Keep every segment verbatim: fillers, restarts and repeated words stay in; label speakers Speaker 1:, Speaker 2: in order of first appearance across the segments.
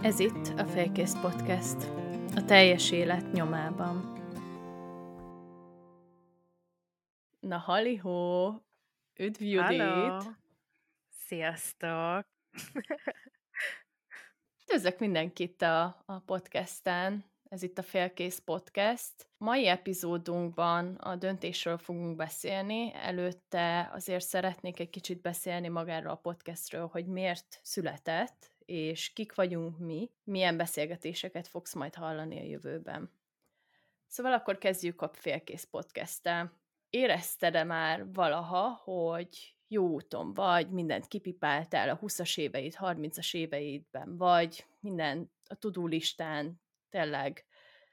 Speaker 1: Ez itt a Félkész Podcast, a teljes élet nyomában. Na halihó, üdv
Speaker 2: Halló!
Speaker 1: Judit!
Speaker 2: Sziasztok!
Speaker 1: Üdvözlök mindenkit a, a podcasten, ez itt a Félkész Podcast. Mai epizódunkban a döntésről fogunk beszélni, előtte azért szeretnék egy kicsit beszélni magáról a podcastről, hogy miért született, és kik vagyunk mi, milyen beszélgetéseket fogsz majd hallani a jövőben. Szóval akkor kezdjük a Félkész Podcast-tel. Érezted-e már valaha, hogy jó úton vagy, mindent kipipáltál a huszas éveid, harmincas éveidben, vagy minden a to-do listán tényleg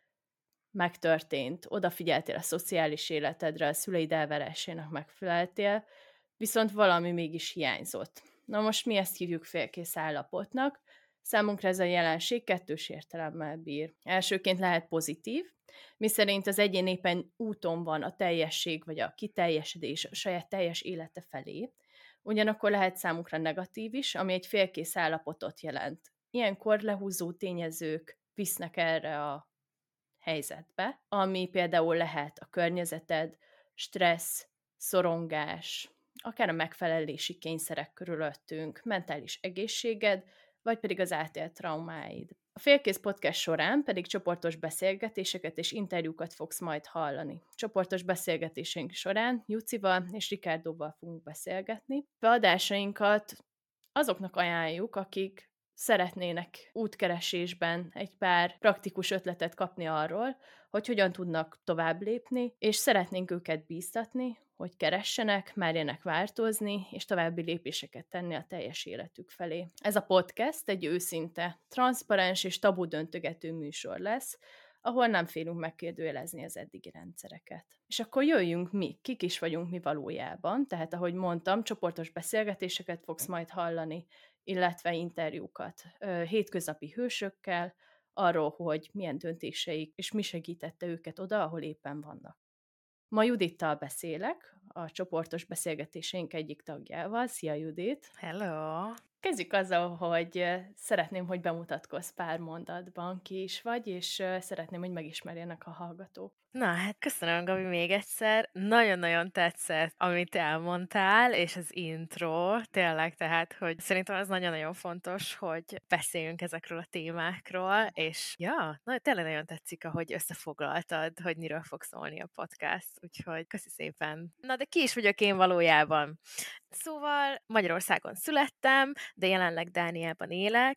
Speaker 1: megtörtént, odafigyeltél a szociális életedre, a szüleid elvárásának megfeleltél, viszont valami mégis hiányzott. Na most mi ezt hívjuk félkész állapotnak. Számunkra ez a jelenség kettős értelemmel bír. Elsőként lehet pozitív, miszerint az egyén éppen úton van a teljesség vagy a kiteljesedés a saját teljes élete felé. Ugyanakkor lehet számunkra negatív is, ami egy félkész állapotot jelent. Ilyenkor lehúzó tényezők visznek erre a helyzetbe, ami például lehet a környezeted, stressz, szorongás, akár a megfelelési kényszerek körülöttünk, mentális egészséged, vagy pedig az átélt traumáid. A Félkész Podcast során pedig csoportos beszélgetéseket és interjúkat fogsz majd hallani. Csoportos beszélgetéseink során Jucival és Rikárdóval fogunk beszélgetni. Beadásainkat azoknak ajánljuk, akik szeretnének útkeresésben egy pár praktikus ötletet kapni arról, hogy hogyan tudnak tovább lépni, és szeretnénk őket bíztatni, hogy keressenek, merjenek változni, és további lépéseket tenni a teljes életük felé. Ez a podcast egy őszinte, transzparens és tabu döntögető műsor lesz, ahol nem félünk megkérdőjelezni az eddigi rendszereket. És akkor jöjjünk mi, kik is vagyunk mi valójában, tehát ahogy mondtam, csoportos beszélgetéseket fogsz majd hallani, illetve interjúkat hétköznapi hősökkel, arról, hogy milyen döntéseik, és mi segítette őket oda, ahol éppen vannak. Ma Judittal beszélek, a csoportos beszélgetéseink egyik tagjával. Szia, Judit!
Speaker 2: Hello!
Speaker 1: Kezdjük azzal, hogy szeretném, hogy bemutatkozz pár mondatban, ki is vagy, és szeretném, hogy megismerjenek a hallgatók.
Speaker 2: Na, hát köszönöm, Gabi, még egyszer. Nagyon-nagyon tetszett, amit elmondtál, és az intro, tényleg, tehát, hogy szerintem az nagyon-nagyon fontos, hogy beszéljünk ezekről a témákról, és ja, na, tényleg nagyon tetszik, ahogy összefoglaltad, hogy miről fog szólni a podcast, úgyhogy köszi szépen. Na, de ki is vagyok én valójában? Szóval Magyarországon születtem, de jelenleg Dániában élek,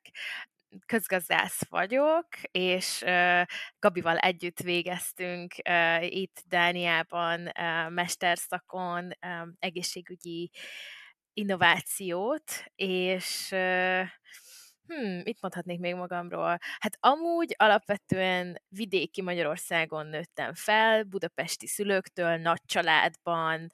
Speaker 2: közgazdász vagyok, és uh, Gabival együtt végeztünk uh, itt Dániában uh, mesterszakon um, egészségügyi innovációt, és uh, Hmm, mit mondhatnék még magamról? Hát amúgy alapvetően vidéki Magyarországon nőttem fel, budapesti szülőktől, nagy családban,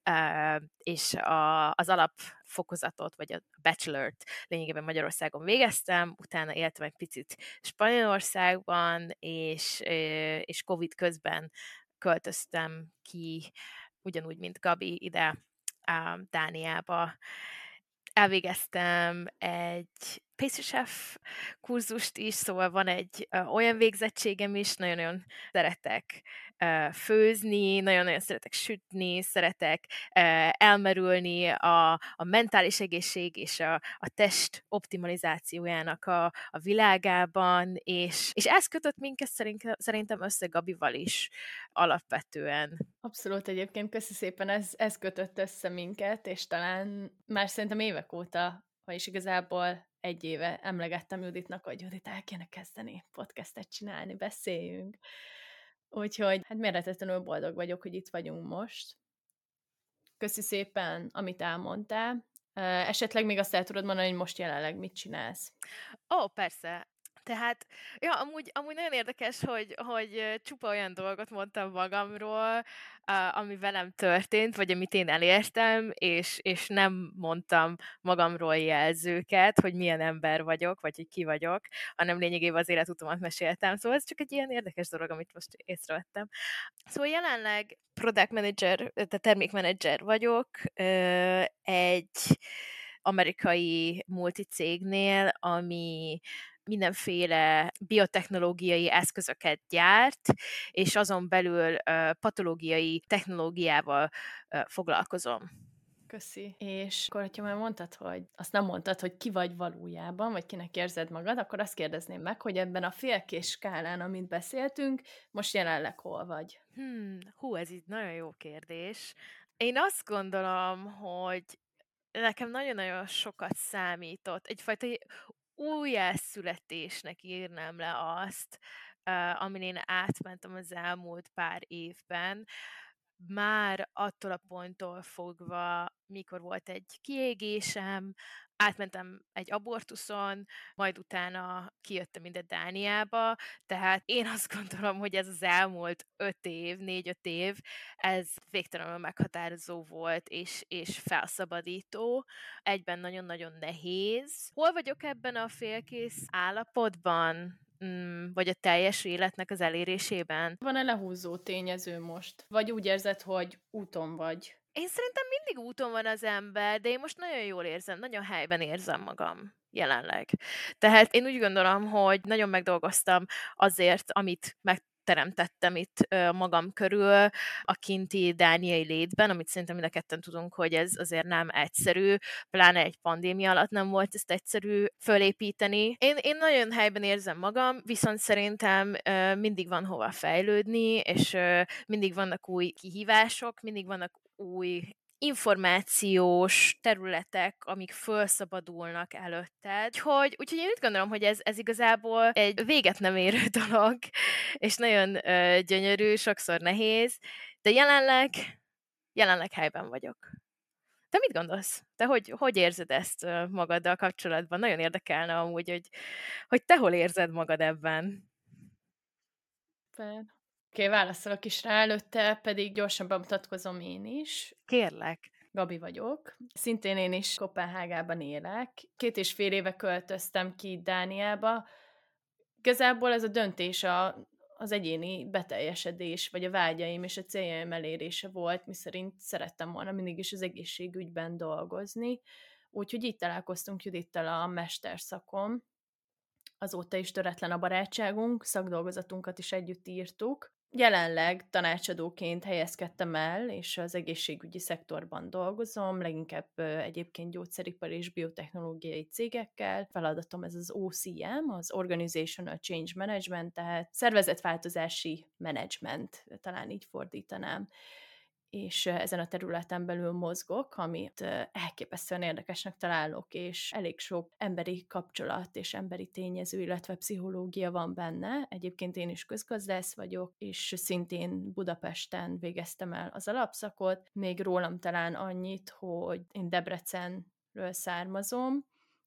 Speaker 2: és a, az alapfokozatot, vagy a bachelort lényegében Magyarországon végeztem, utána éltem egy picit Spanyolországban, és, és Covid közben költöztem ki, ugyanúgy, mint Gabi ide Dániába. Elvégeztem egy pastry chef kurzust is, szóval van egy uh, olyan végzettségem is, nagyon-nagyon szeretek uh, főzni, nagyon-nagyon szeretek sütni, szeretek uh, elmerülni a, a mentális egészség és a, a test optimalizációjának a, a világában, és, és ez kötött minket szerint, szerintem össze Gabival is alapvetően.
Speaker 1: Abszolút, egyébként köszi szépen, ez, ez kötött össze minket, és talán már szerintem évek óta, vagyis igazából egy éve emlegettem Juditnak, hogy Judit, el kéne kezdeni podcastet csinálni, beszéljünk. Úgyhogy hát mérhetetlenül boldog vagyok, hogy itt vagyunk most. Köszi szépen, amit elmondtál. Esetleg még azt el tudod mondani, hogy most jelenleg mit csinálsz?
Speaker 2: Ó, persze. Tehát, ja, amúgy, amúgy nagyon érdekes, hogy, hogy csupa olyan dolgot mondtam magamról, ami velem történt, vagy amit én elértem, és, és nem mondtam magamról jelzőket, hogy milyen ember vagyok, vagy hogy ki vagyok, hanem lényegében az életutamat meséltem. Szóval ez csak egy ilyen érdekes dolog, amit most észrevettem. Szóval jelenleg product manager, tehát termékmenedzser vagyok, egy amerikai multicégnél, ami mindenféle biotechnológiai eszközöket gyárt, és azon belül ö, patológiai technológiával ö, foglalkozom.
Speaker 1: Köszi. És akkor, hogyha már mondtad, hogy azt nem mondtad, hogy ki vagy valójában, vagy kinek érzed magad, akkor azt kérdezném meg, hogy ebben a félkés skálán, amit beszéltünk, most jelenleg hol vagy?
Speaker 2: Hmm, hú, ez így nagyon jó kérdés. Én azt gondolom, hogy nekem nagyon-nagyon sokat számított. Egyfajta újjászületésnek írnám le azt, uh, amin én átmentem az elmúlt pár évben. Már attól a ponttól fogva, mikor volt egy kiégésem, átmentem egy abortuszon, majd utána kijöttem ide Dániába, tehát én azt gondolom, hogy ez az elmúlt öt év, négy-öt év, ez végtelenül meghatározó volt, és, és felszabadító, egyben nagyon-nagyon nehéz. Hol vagyok ebben a félkész állapotban? Mm, vagy a teljes életnek az elérésében?
Speaker 1: Van-e lehúzó tényező most? Vagy úgy érzed, hogy úton vagy?
Speaker 2: Én szerintem mindig úton van az ember, de én most nagyon jól érzem, nagyon helyben érzem magam jelenleg. Tehát én úgy gondolom, hogy nagyon megdolgoztam azért, amit megteremtettem itt ö, magam körül a kinti dániai létben, amit szerintem mind a ketten tudunk, hogy ez azért nem egyszerű, pláne egy pandémia alatt nem volt ezt egyszerű fölépíteni. Én, én nagyon helyben érzem magam, viszont szerintem ö, mindig van hova fejlődni, és ö, mindig vannak új kihívások, mindig vannak új információs területek, amik felszabadulnak előtted. Úgyhogy, úgyhogy én úgy gondolom, hogy ez, ez igazából egy véget nem érő dolog, és nagyon ö, gyönyörű, sokszor nehéz, de jelenleg, jelenleg helyben vagyok. Te mit gondolsz? Te hogy, hogy érzed ezt ö, magaddal kapcsolatban? Nagyon érdekelne amúgy, hogy, hogy te hol érzed magad ebben.
Speaker 1: Fel. Oké, válaszolok is rá, előtte pedig gyorsan bemutatkozom én is.
Speaker 2: Kérlek.
Speaker 1: Gabi vagyok. Szintén én is Koppenhágában élek. Két és fél éve költöztem ki Dániába. Igazából ez a döntés a, az egyéni beteljesedés, vagy a vágyaim és a céljaim elérése volt, miszerint szerettem volna mindig is az egészségügyben dolgozni. Úgyhogy így találkoztunk Judittal a mesterszakon. Azóta is töretlen a barátságunk, szakdolgozatunkat is együtt írtuk. Jelenleg tanácsadóként helyezkedtem el, és az egészségügyi szektorban dolgozom, leginkább egyébként gyógyszeripari és biotechnológiai cégekkel. Feladatom ez az o cé em, az Organizational Change Management, tehát szervezetváltozási menedzsment, talán így fordítanám. És ezen a területen belül mozgok, amit elképesztően érdekesnek találok, és elég sok emberi kapcsolat és emberi tényező, illetve pszichológia van benne. Egyébként én is közgazdász vagyok, és szintén Budapesten végeztem el az alapszakot. Még rólam talán annyit, hogy én Debrecenről származom,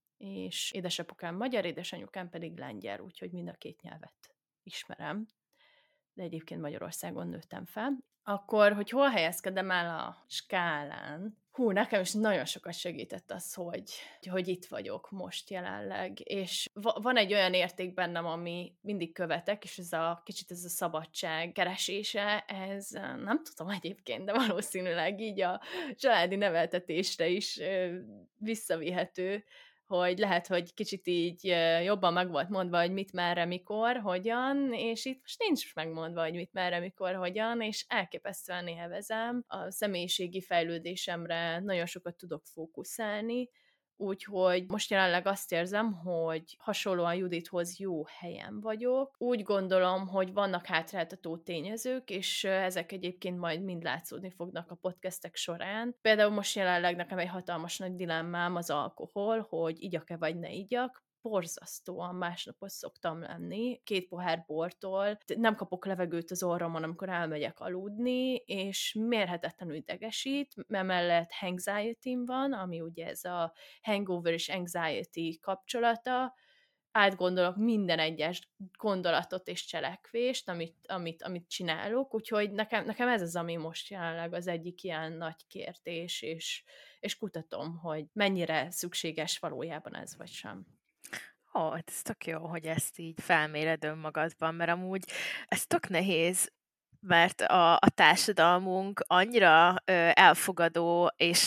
Speaker 1: és édesapukám magyar, édesanyukám pedig lengyel, úgyhogy mind a két nyelvet ismerem, de egyébként Magyarországon nőttem fel. Akkor, hogy hol helyezkedem el a skálán, hú, nekem is nagyon sokat segített az, hogy, hogy itt vagyok most jelenleg, és va- van egy olyan érték bennem, ami mindig követek, és ez a kicsit ez a szabadság keresése, ez nem tudom egyébként, de valószínűleg így a családi neveltetésre is ö, visszavihető, hogy lehet, hogy kicsit így jobban meg volt mondva, hogy mit, merre, mikor, hogyan, és itt most nincs megmondva, hogy mit, merre, mikor, hogyan, és elképesztően élvezem. A személyiségi fejlődésemre nagyon sokat tudok fókuszálni, úgyhogy most jelenleg azt érzem, hogy hasonlóan Judithoz jó helyen vagyok. Úgy gondolom, hogy vannak hátráltató tényezők, és ezek egyébként majd mind látszódni fognak a podcastek során. Például most jelenleg nekem egy hatalmas nagy dilemmám az alkohol, hogy igyak-e vagy ne igyak. Borzasztóan másnapos szoktam lenni, két pohár bortól, nem kapok levegőt az orromon, amikor elmegyek aludni, és mérhetetlenül idegesít, emellett anxiety van, ami ugye ez a hangover és anxiety kapcsolata, átgondolok minden egyes gondolatot és cselekvést, amit, amit, amit csinálok, úgyhogy nekem, nekem ez az, ami most jelenleg az egyik ilyen nagy kérdés, és, és kutatom, hogy mennyire szükséges valójában ez, vagy sem.
Speaker 2: Ó, hát ez tök jó, hogy ezt így felméred önmagadban, mert amúgy ez tök nehéz, mert a, a társadalmunk annyira ö, elfogadó, és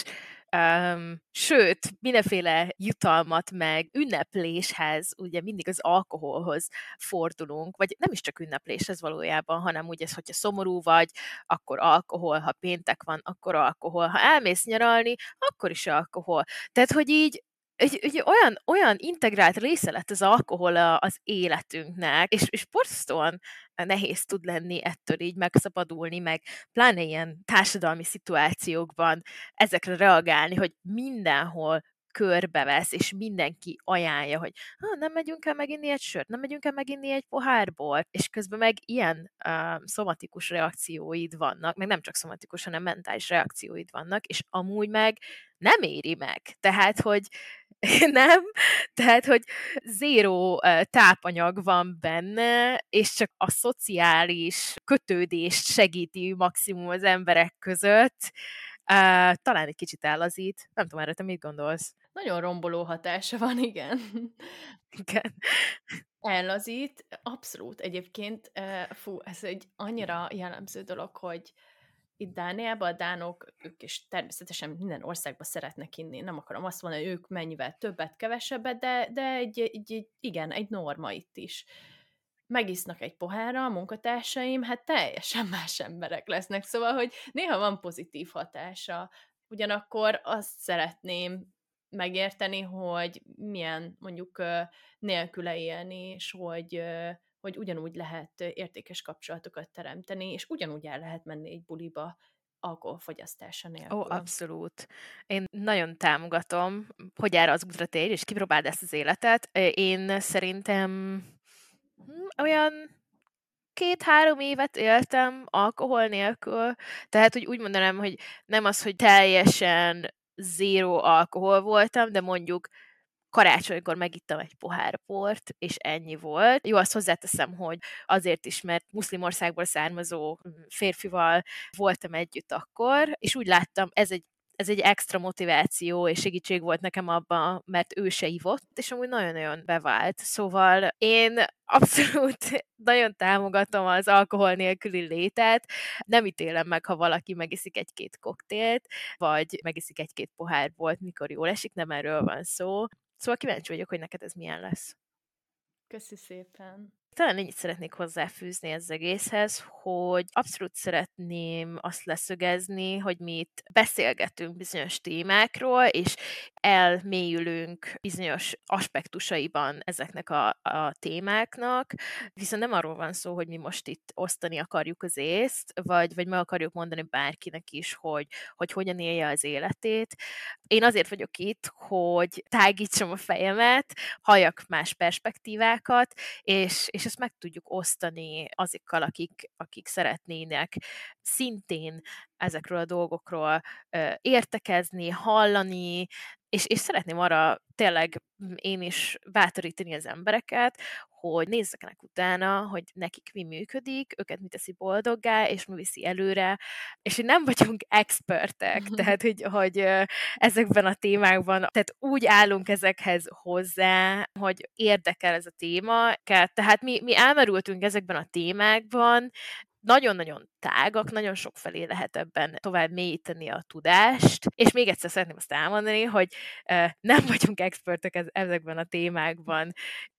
Speaker 2: Um, sőt, mindenféle jutalmat meg ünnepléshez, ugye mindig az alkoholhoz fordulunk, vagy nem is csak ünnepléshez valójában, hanem úgy ez, hogyha szomorú vagy, akkor alkohol, ha péntek van, akkor alkohol, ha elmész nyaralni, akkor is alkohol. Tehát, hogy így egy, egy olyan, olyan integrált része lett az alkohol a- az életünknek, és, és borzasztóan nehéz tud lenni ettől így megszabadulni, meg pláne ilyen társadalmi szituációkban ezekre reagálni, hogy mindenhol körbevesz, és mindenki ajánlja, hogy ha, nem megyünk el meginni egy sört, nem megyünk el meginni egy pohár bort, és közben meg ilyen uh, szomatikus reakcióid vannak, meg nem csak szomatikus, hanem mentális reakcióid vannak, és amúgy meg nem éri meg. Tehát, hogy nem, tehát, hogy zéró uh, tápanyag van benne, és csak a szociális kötődést segíti maximum az emberek között. Uh, talán egy kicsit ellazít. Nem tudom, erre te mit gondolsz?
Speaker 1: Nagyon romboló hatása van, igen.
Speaker 2: Igen.
Speaker 1: Ellazít, abszolút. Egyébként, eh, fú, ez egy annyira jellemző dolog, hogy itt Dániában a dánok, ők is természetesen minden országban szeretnek inni. Nem akarom azt mondani, hogy ők mennyivel többet, kevesebbet, de, de egy, egy, egy, igen, egy norma itt is. Megisznak egy pohárra a munkatársaim, hát teljesen más emberek lesznek. Szóval, hogy néha van pozitív hatása. Ugyanakkor azt szeretném megérteni, hogy milyen mondjuk ö, nélküle élni, és hogy, ö, hogy ugyanúgy lehet ö, értékes kapcsolatokat teremteni, és ugyanúgy el lehet menni egy buliba alkoholfogyasztása
Speaker 2: Ó,
Speaker 1: nélkül.
Speaker 2: abszolút. Én nagyon támogatom, hogy erre az útra térj, és kipróbáld ezt az életet. Ö, Én szerintem hm, olyan két-három évet éltem alkohol nélkül, tehát hogy úgy mondanám, hogy nem az, hogy teljesen zéró alkohol voltam, de mondjuk karácsonykor megittam egy pohár bort, és ennyi volt. Jó, azt hozzáteszem, hogy azért is, mert muszlim országból származó férfival voltam együtt akkor, és úgy láttam, ez egy ez egy extra motiváció és segítség volt nekem abban, mert ő se ivott, és amúgy nagyon-nagyon bevált. Szóval én abszolút nagyon támogatom az alkohol nélküli létet. Nem ítélem meg, ha valaki megiszik egy-két koktélt, vagy megiszik egy-két pohár bort, mikor jól esik, nem erről van szó. Szóval kíváncsi vagyok, hogy neked ez milyen lesz.
Speaker 1: Köszi szépen!
Speaker 2: Talán ennyit szeretnék hozzáfűzni ez egészhez, hogy abszolút szeretném azt leszögezni, hogy mi itt beszélgetünk bizonyos témákról, és elmélyülünk bizonyos aspektusaiban ezeknek a, a témáknak, viszont nem arról van szó, hogy mi most itt osztani akarjuk az észt, vagy, vagy meg akarjuk mondani bárkinek is, hogy, hogy hogyan élje az életét. Én azért vagyok itt, hogy tágítsam a fejemet, halljak más perspektívákat, és, és ezt meg tudjuk osztani azokkal, akik, akik szeretnének szintén ezekről a dolgokról ö, értekezni, hallani, és, és szeretném arra tényleg én is bátorítani az embereket, hogy nézzenek utána, hogy nekik mi működik, őket mi teszi boldoggá, és mi viszi előre, és hogy nem vagyunk expertek, tehát hogy, hogy ö, ezekben a témákban, tehát úgy állunk ezekhez hozzá, hogy érdekel ez a téma, tehát mi, mi elmerültünk ezekben a témákban, nagyon-nagyon tágak, nagyon sok felé lehet ebben tovább mélyíteni a tudást, és még egyszer szeretném azt elmondani, hogy uh, nem vagyunk expertek ez, ezekben a témákban.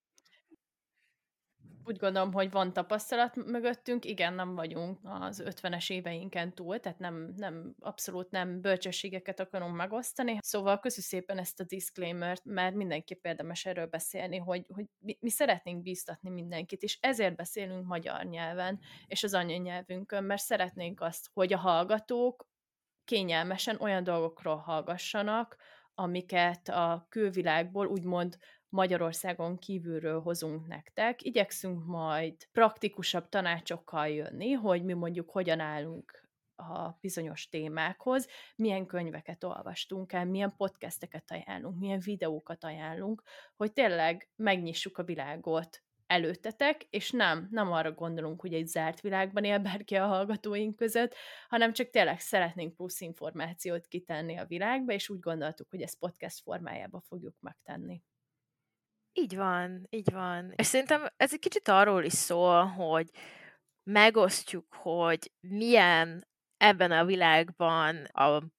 Speaker 1: Úgy gondolom, hogy van tapasztalat mögöttünk, igen, nem vagyunk az ötvenes éveinken túl, tehát nem, nem abszolút nem bölcsességeket akarom megosztani. Szóval köszi szépen ezt a disclaimert, mert mindenképp érdemes erről beszélni, hogy, hogy mi, mi szeretnénk bíztatni mindenkit, és ezért beszélünk magyar nyelven, és az anyanyelvünkön, mert szeretnénk azt, hogy a hallgatók kényelmesen olyan dolgokról hallgassanak, amiket a külvilágból úgymond Magyarországon kívülről hozunk nektek. Igyekszünk majd praktikusabb tanácsokkal jönni, hogy mi mondjuk hogyan állunk a bizonyos témákhoz, milyen könyveket olvastunk el, milyen podcasteket ajánlunk, milyen videókat ajánlunk, hogy tényleg megnyissuk a világot előttetek, és nem, nem arra gondolunk, hogy egy zárt világban él bárki a hallgatóink között, hanem csak tényleg szeretnénk plusz információt kitenni a világba, és úgy gondoltuk, hogy ezt podcast formájába fogjuk megtenni.
Speaker 2: Így van, így van. És szerintem ez egy kicsit arról is szól, hogy megosztjuk, hogy milyen ebben a világban a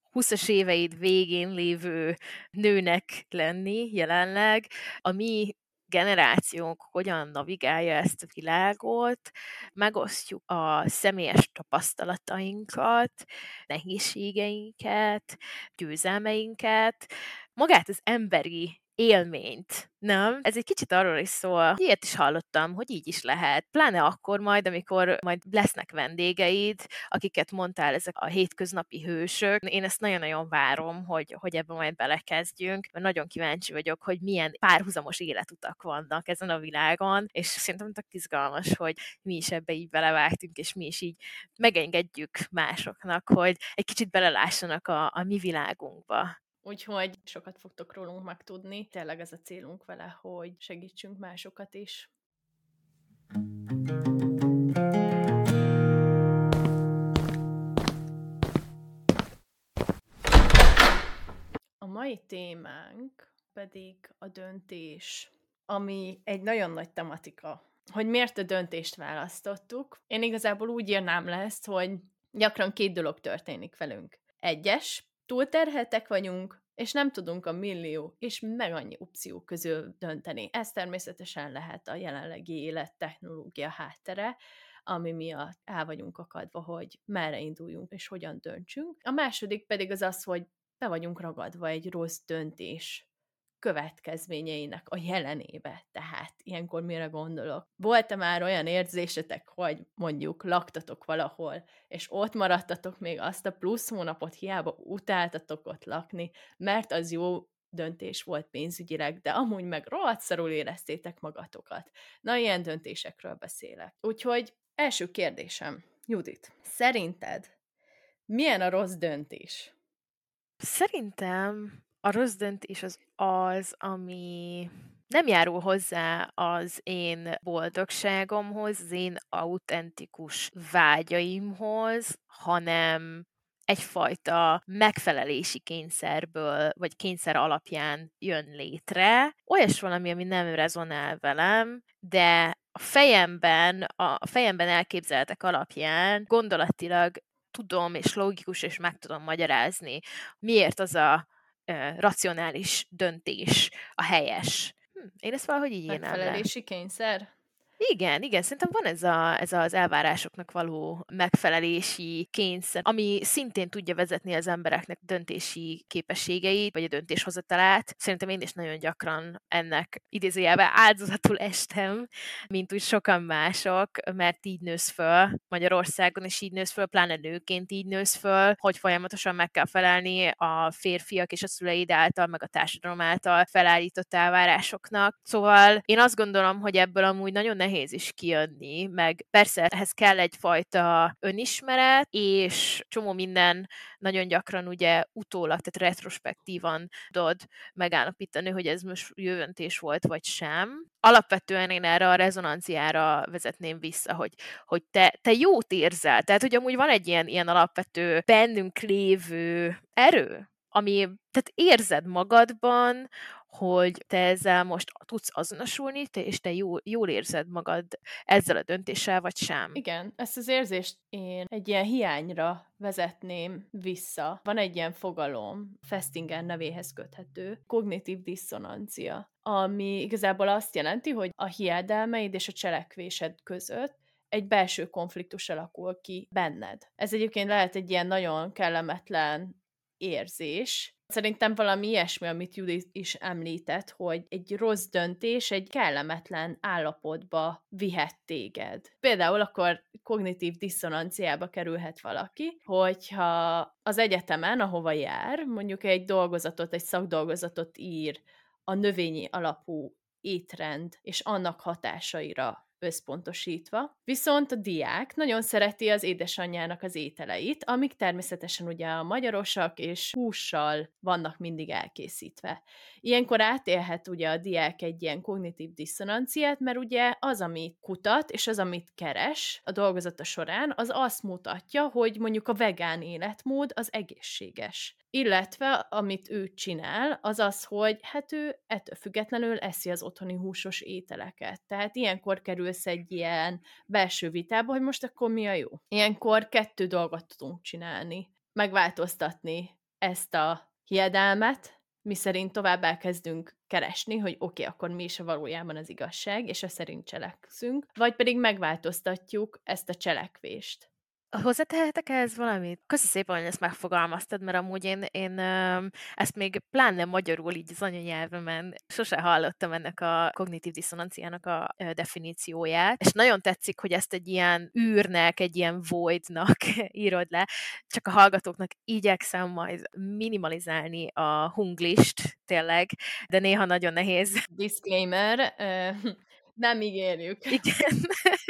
Speaker 2: húszas éveid végén lévő nőnek lenni jelenleg, a mi generációnk hogyan navigálja ezt a világot, megosztjuk a személyes tapasztalatainkat, nehézségeinket, győzelmeinket, magát az emberi élményt, nem? Ez egy kicsit arról is szól, ilyet is hallottam, hogy így is lehet. Pláne akkor majd, amikor majd lesznek vendégeid, akiket mondtál, ezek a hétköznapi hősök. Én ezt nagyon-nagyon várom, hogy, hogy ebben majd belekezdjünk, mert nagyon kíváncsi vagyok, hogy milyen párhuzamos életutak vannak ezen a világon, és szerintem tök izgalmas, hogy mi is ebbe így belevágtunk, és mi is így megengedjük másoknak, hogy egy kicsit belelássanak a, a mi világunkba.
Speaker 1: Úgyhogy sokat fogtok rólunk megtudni. Tényleg ez a célunk vele, hogy segítsünk másokat is. A mai témánk pedig a döntés, ami egy nagyon nagy tematika. Hogy miért a döntést választottuk? Én igazából úgy írnám le ezt, hogy gyakran két dolog történik velünk. Egyes, túlterheltek vagyunk, és nem tudunk a millió és meg annyi opció közül dönteni. Ez természetesen lehet a jelenlegi élettechnológia háttere, ami miatt el vagyunk akadva, hogy merre induljunk és hogyan döntsünk. A második pedig az az, hogy be vagyunk ragadva egy rossz döntés következményeinek a jelenébe. Tehát ilyenkor mire gondolok? Volt-e már olyan érzésetek, hogy mondjuk laktatok valahol, és ott maradtatok még azt a plusz hónapot, hiába utáltatok ott lakni, mert az jó döntés volt pénzügyileg, de amúgy meg rohadt szarul éreztétek magatokat. Na, ilyen döntésekről beszélek. Úgyhogy első kérdésem, Judit, szerinted milyen a rossz döntés?
Speaker 2: Szerintem a rossz döntés az az, ami nem járul hozzá az én boldogságomhoz, az én autentikus vágyaimhoz, hanem egyfajta megfelelési kényszerből, vagy kényszer alapján jön létre. Olyas valami, ami nem rezonál velem, de a fejemben, a fejemben elképzeltek alapján gondolatilag tudom, és logikus, és meg tudom magyarázni, miért az a uh, racionális döntés a helyes. Hm, én ezt valahogy így írnám le.
Speaker 1: Megfelelési kényszer?
Speaker 2: Igen, igen, szerintem van ez, a, ez az elvárásoknak való megfelelési kényszer, ami szintén tudja vezetni az embereknek döntési képességeit, vagy a döntéshozatalát. Szerintem én is nagyon gyakran ennek idézőjelben áldozatul estem, mint úgy sokan mások, mert így nősz föl Magyarországon, és így nősz föl, pláne nőként így nősz föl, hogy folyamatosan meg kell felelni a férfiak és a szüleid által, meg a társadalom által felállított elvárásoknak. Szóval én azt gondolom, hogy ebből amúgy nagyon nehéz is kijönni, meg persze ehhez kell egyfajta önismeret, és csomó minden nagyon gyakran ugye utólag, tehát retrospektívan tudod megállapítani, hogy ez most jó döntés volt, vagy sem. Alapvetően én erre a rezonanciára vezetném vissza, hogy, hogy te, te jót érzel. Tehát, hogy amúgy van egy ilyen, ilyen alapvető bennünk lévő erő, ami, tehát érzed magadban, hogy te ezzel most tudsz azonosulni, te, és te jó, jól érzed magad ezzel a döntéssel, vagy sem.
Speaker 1: Igen, ezt az érzést én egy ilyen hiányra vezetném vissza. Van egy ilyen fogalom, Festinger nevéhez köthető, kognitív diszonancia, ami igazából azt jelenti, hogy a hiedelmeid és a cselekvésed között egy belső konfliktus alakul ki benned. Ez egyébként lehet egy ilyen nagyon kellemetlen érzés. Szerintem valami ilyesmi, amit Judit is említett, hogy egy rossz döntés egy kellemetlen állapotba vihet téged. Például akkor kognitív diszonanciába kerülhet valaki, hogyha az egyetemen, ahova jár, mondjuk egy dolgozatot, egy szakdolgozatot ír a növényi alapú étrend és annak hatásaira összpontosítva. Viszont a diák nagyon szereti az édesanyjának az ételeit, amik természetesen ugye a magyarosak és hússal vannak mindig elkészítve. Ilyenkor átélhet ugye a diák egy ilyen kognitív diszonanciát, mert ugye az, amit kutat, és az, amit keres a dolgozata során, az azt mutatja, hogy mondjuk a vegán életmód az egészséges. Illetve, amit ő csinál, az az, hogy hát ő ettől függetlenül eszi az otthoni húsos ételeket. Tehát ilyenkor kerülsz egy ilyen belső vitába, hogy most akkor mi a jó. Ilyenkor kettő dolgot tudunk csinálni. Megváltoztatni ezt a hiedelmet, miszerint tovább elkezdünk keresni, hogy oké, okay, akkor mi is valójában az igazság, és e szerint cselekszünk, vagy pedig megváltoztatjuk ezt a cselekvést.
Speaker 2: Hozzátehetek ehhez valamit? Köszi szépen, hogy ezt megfogalmaztad, mert amúgy én, én öm, ezt még pláne magyarul így az anyanyelvemen sose hallottam ennek a kognitív diszonanciának a ö, definícióját, és nagyon tetszik, hogy ezt egy ilyen űrnek, egy ilyen voidnak írod le, csak a hallgatóknak igyekszem majd minimalizálni a hunglist, tényleg, de néha nagyon nehéz.
Speaker 1: Disclaimer, ö, nem ígérjük.
Speaker 2: Igen.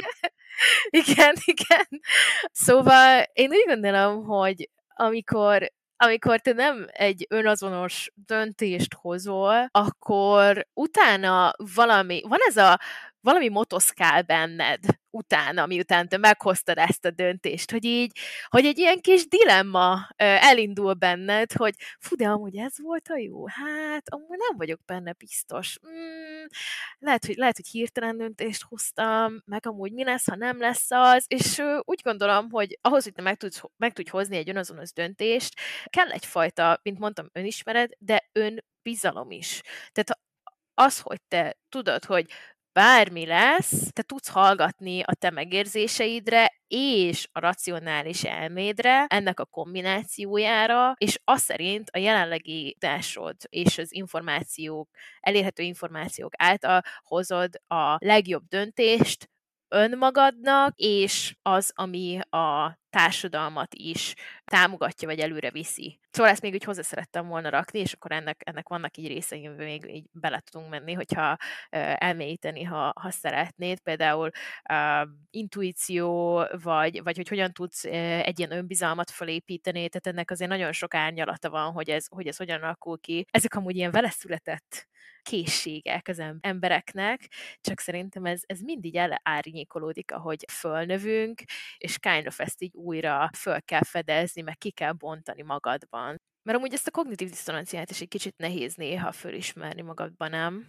Speaker 2: Igen, igen. Szóval én úgy gondolom, hogy amikor, amikor te nem egy önazonos döntést hozol, akkor utána valami, van ez a valami motoszkál benned utána, miután te meghoztad ezt a döntést, hogy így, hogy egy ilyen kis dilemma ö, elindul benned, hogy fú, de amúgy ez volt a jó? Hát, amúgy nem vagyok benne biztos. Mm, lehet, hogy, lehet, hogy hirtelen döntést hoztam, meg amúgy mi lesz, ha nem lesz az, és ö, úgy gondolom, hogy ahhoz, hogy te meg tudsz, meg tudj hozni egy önazonos döntést, kell egyfajta, mint mondtam, önismeret, de önbizalom is. Tehát az, hogy te tudod, hogy bármi lesz, te tudsz hallgatni a te megérzéseidre és a racionális elmédre, ennek a kombinációjára, és az szerint a jelenlegi tudásod és az információk, elérhető információk által hozod a legjobb döntést önmagadnak, és az, ami a társadalmat is támogatja, vagy előre viszi. Szóval ezt még úgy hozzá szerettem volna rakni, és akkor ennek, ennek vannak így részei, amiben még így bele tudunk menni, hogyha uh, elmélyíteni, ha, ha szeretnéd. Például uh, intuíció, vagy, vagy hogy hogyan tudsz uh, egy ilyen önbizalmat felépíteni, tehát ennek azért nagyon sok árnyalata van, hogy ez, hogy ez hogyan alakul ki. Ezek amúgy ilyen veleszületett készségek az embereknek, csak szerintem ez, ez mindig elárnyékolódik, ahogy fölnövünk, és kind of ezt így újra föl kell fedezni, meg ki kell bontani magadban. Mert amúgy ezt a kognitív diszonanciát is egy kicsit nehéz néha fölismerni magadban, nem?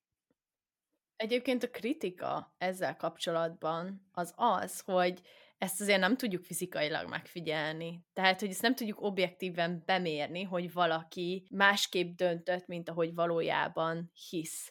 Speaker 1: Egyébként a kritika ezzel kapcsolatban az az, hogy ezt azért nem tudjuk fizikailag megfigyelni. Tehát, hogy ezt nem tudjuk objektíven bemérni, hogy valaki másképp döntött, mint ahogy valójában hisz.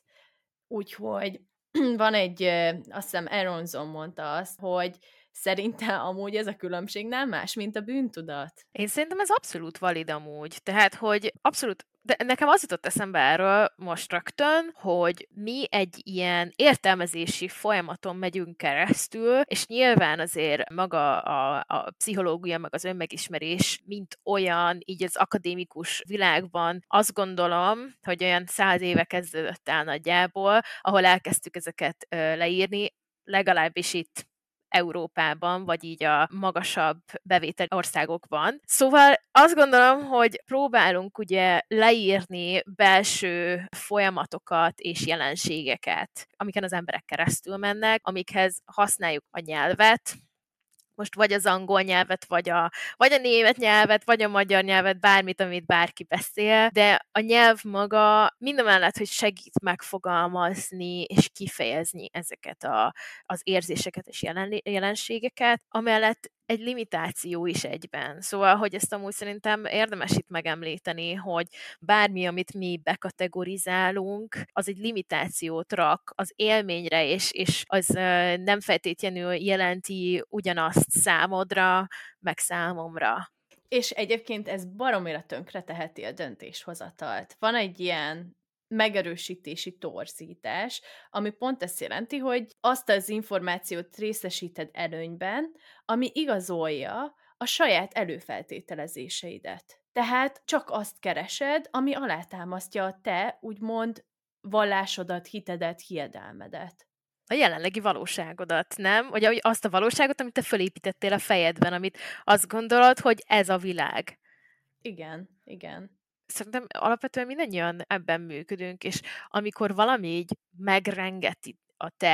Speaker 1: Úgyhogy van egy, azt hiszem Aronson mondta azt, hogy szerinte amúgy ez a különbség nem más, mint a bűntudat.
Speaker 2: Én szerintem ez abszolút valid amúgy. Tehát, hogy abszolút, de nekem az jutott eszembe erről most rögtön, hogy mi egy ilyen értelmezési folyamaton megyünk keresztül, és nyilván azért maga a, a pszichológia, meg az önmegismerés, mint olyan, így az akadémikus világban, azt gondolom, hogy olyan száz éve kezdődött el nagyjából, ahol elkezdtük ezeket ö, leírni, legalábbis itt Európában, vagy így a magasabb bevétel országokban. Szóval azt gondolom, hogy próbálunk ugye leírni belső folyamatokat és jelenségeket, amiken az emberek keresztül mennek, amikhez használjuk a nyelvet, most vagy az angol nyelvet, vagy a, vagy a német nyelvet, vagy a magyar nyelvet, bármit, amit bárki beszél, de a nyelv maga mindamellett, hogy segít megfogalmazni és kifejezni ezeket a, az érzéseket és jelen, jelenségeket, amellett egy limitáció is egyben. Szóval, hogy ezt amúgy szerintem érdemes itt megemlíteni, hogy bármi, amit mi bekategorizálunk, az egy limitációt rak az élményre, és, és az nem feltétlenül jelenti ugyanazt számodra, meg számomra.
Speaker 1: És egyébként ez baromira tönkre teheti a döntéshozatalt. Van egy ilyen megerősítési torzítás, ami pont ezt jelenti, hogy azt az információt részesíted előnyben, ami igazolja a saját előfeltételezéseidet. Tehát csak azt keresed, ami alátámasztja a te, úgymond, vallásodat, hitedet, hiedelmedet.
Speaker 2: A jelenlegi valóságodat, nem? Vagy azt a valóságot, amit te fölépítettél a fejedben, amit azt gondolod, hogy ez a világ.
Speaker 1: Igen, igen.
Speaker 2: Szerintem alapvetően mindannyian ebben működünk, és amikor valami így megrengeti a te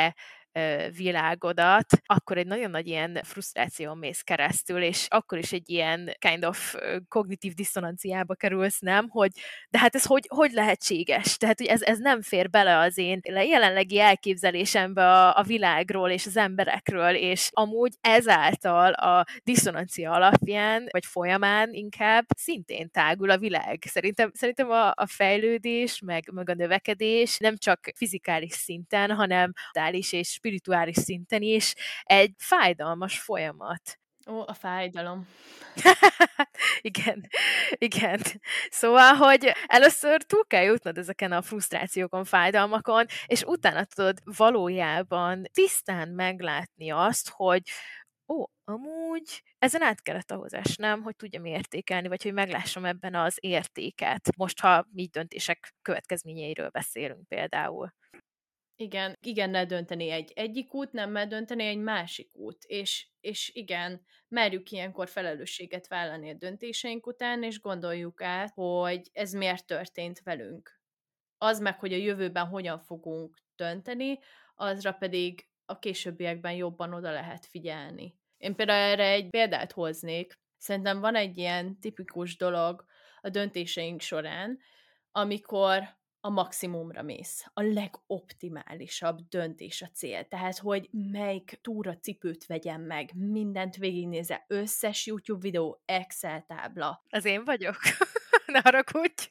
Speaker 2: ö, világodat, akkor egy nagyon nagy ilyen frusztráción mész keresztül, és akkor is egy ilyen kind of ö, kognitív diszonanciába kerülsz, nem? Hogy de hát ez hogy, hogy lehetséges? Tehát, hogy ez, ez nem fér bele az én jelenlegi elképzelésembe a, a világról és az emberekről, és amúgy ezáltal a diszonancia alapján, vagy folyamán inkább szintén tágul a világ. Szerintem, szerintem a, a fejlődés, meg, meg a növekedés nem csak fizikális szinten, hanem mentális és spirituális szinten is egy fájdalmas folyamat.
Speaker 1: Ó, a fájdalom.
Speaker 2: Igen, igen. Szóval, hogy először túl kell jutnod ezeken a frusztrációkon, fájdalmakon, és utána tudod valójában tisztán meglátni azt, hogy ó, amúgy ezen át kellett ahhoz esnem, hogy tudjam értékelni, vagy hogy meglássam ebben az értéket. Most, ha mi döntések következményeiről beszélünk például.
Speaker 1: Igen, igennel dönteni egy egyik út, nemmel dönteni egy másik út. És, és igen, merjük ilyenkor felelősséget vállalni a döntéseink után, és gondoljuk át, hogy ez miért történt velünk. Az meg, hogy a jövőben hogyan fogunk dönteni, azra pedig a későbbiekben jobban oda lehet figyelni. Én például erre egy példát hoznék. Szerintem van egy ilyen tipikus dolog a döntéseink során, amikor a maximumra mész. A legoptimálisabb döntés a cél. Tehát, hogy melyik túracipőt vegyem meg, mindent végignézel, összes YouTube videó, Excel tábla.
Speaker 2: Az én vagyok? Ne haragudj!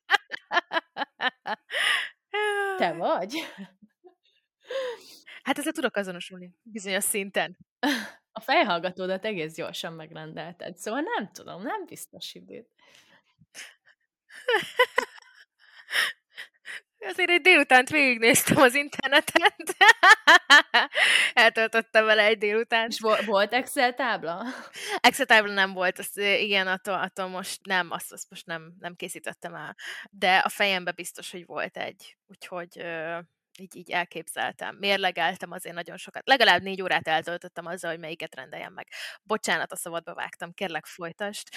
Speaker 1: Te vagy?
Speaker 2: Hát ezzel tudok azonosulni, bizonyos szinten.
Speaker 1: A fejhallgatódat egész gyorsan megrendelted, szóval nem tudom, nem biztos időt.
Speaker 2: Azért egy délutánt végignéztem az interneten. Eltöltöttem vele egy délutánt.
Speaker 1: És vo- volt Excel tábla?
Speaker 2: Excel tábla nem volt, azt, igen, attól, attól most nem, azt, azt most nem, nem készítettem el. De a fejemben biztos, hogy volt egy. Úgyhogy ö, így, így elképzeltem. Mérlegeltem azért nagyon sokat. Legalább négy órát eltöltöttem azzal, hogy melyiket rendeljem meg. Bocsánat, a szabadba vágtam, kérlek folytasd.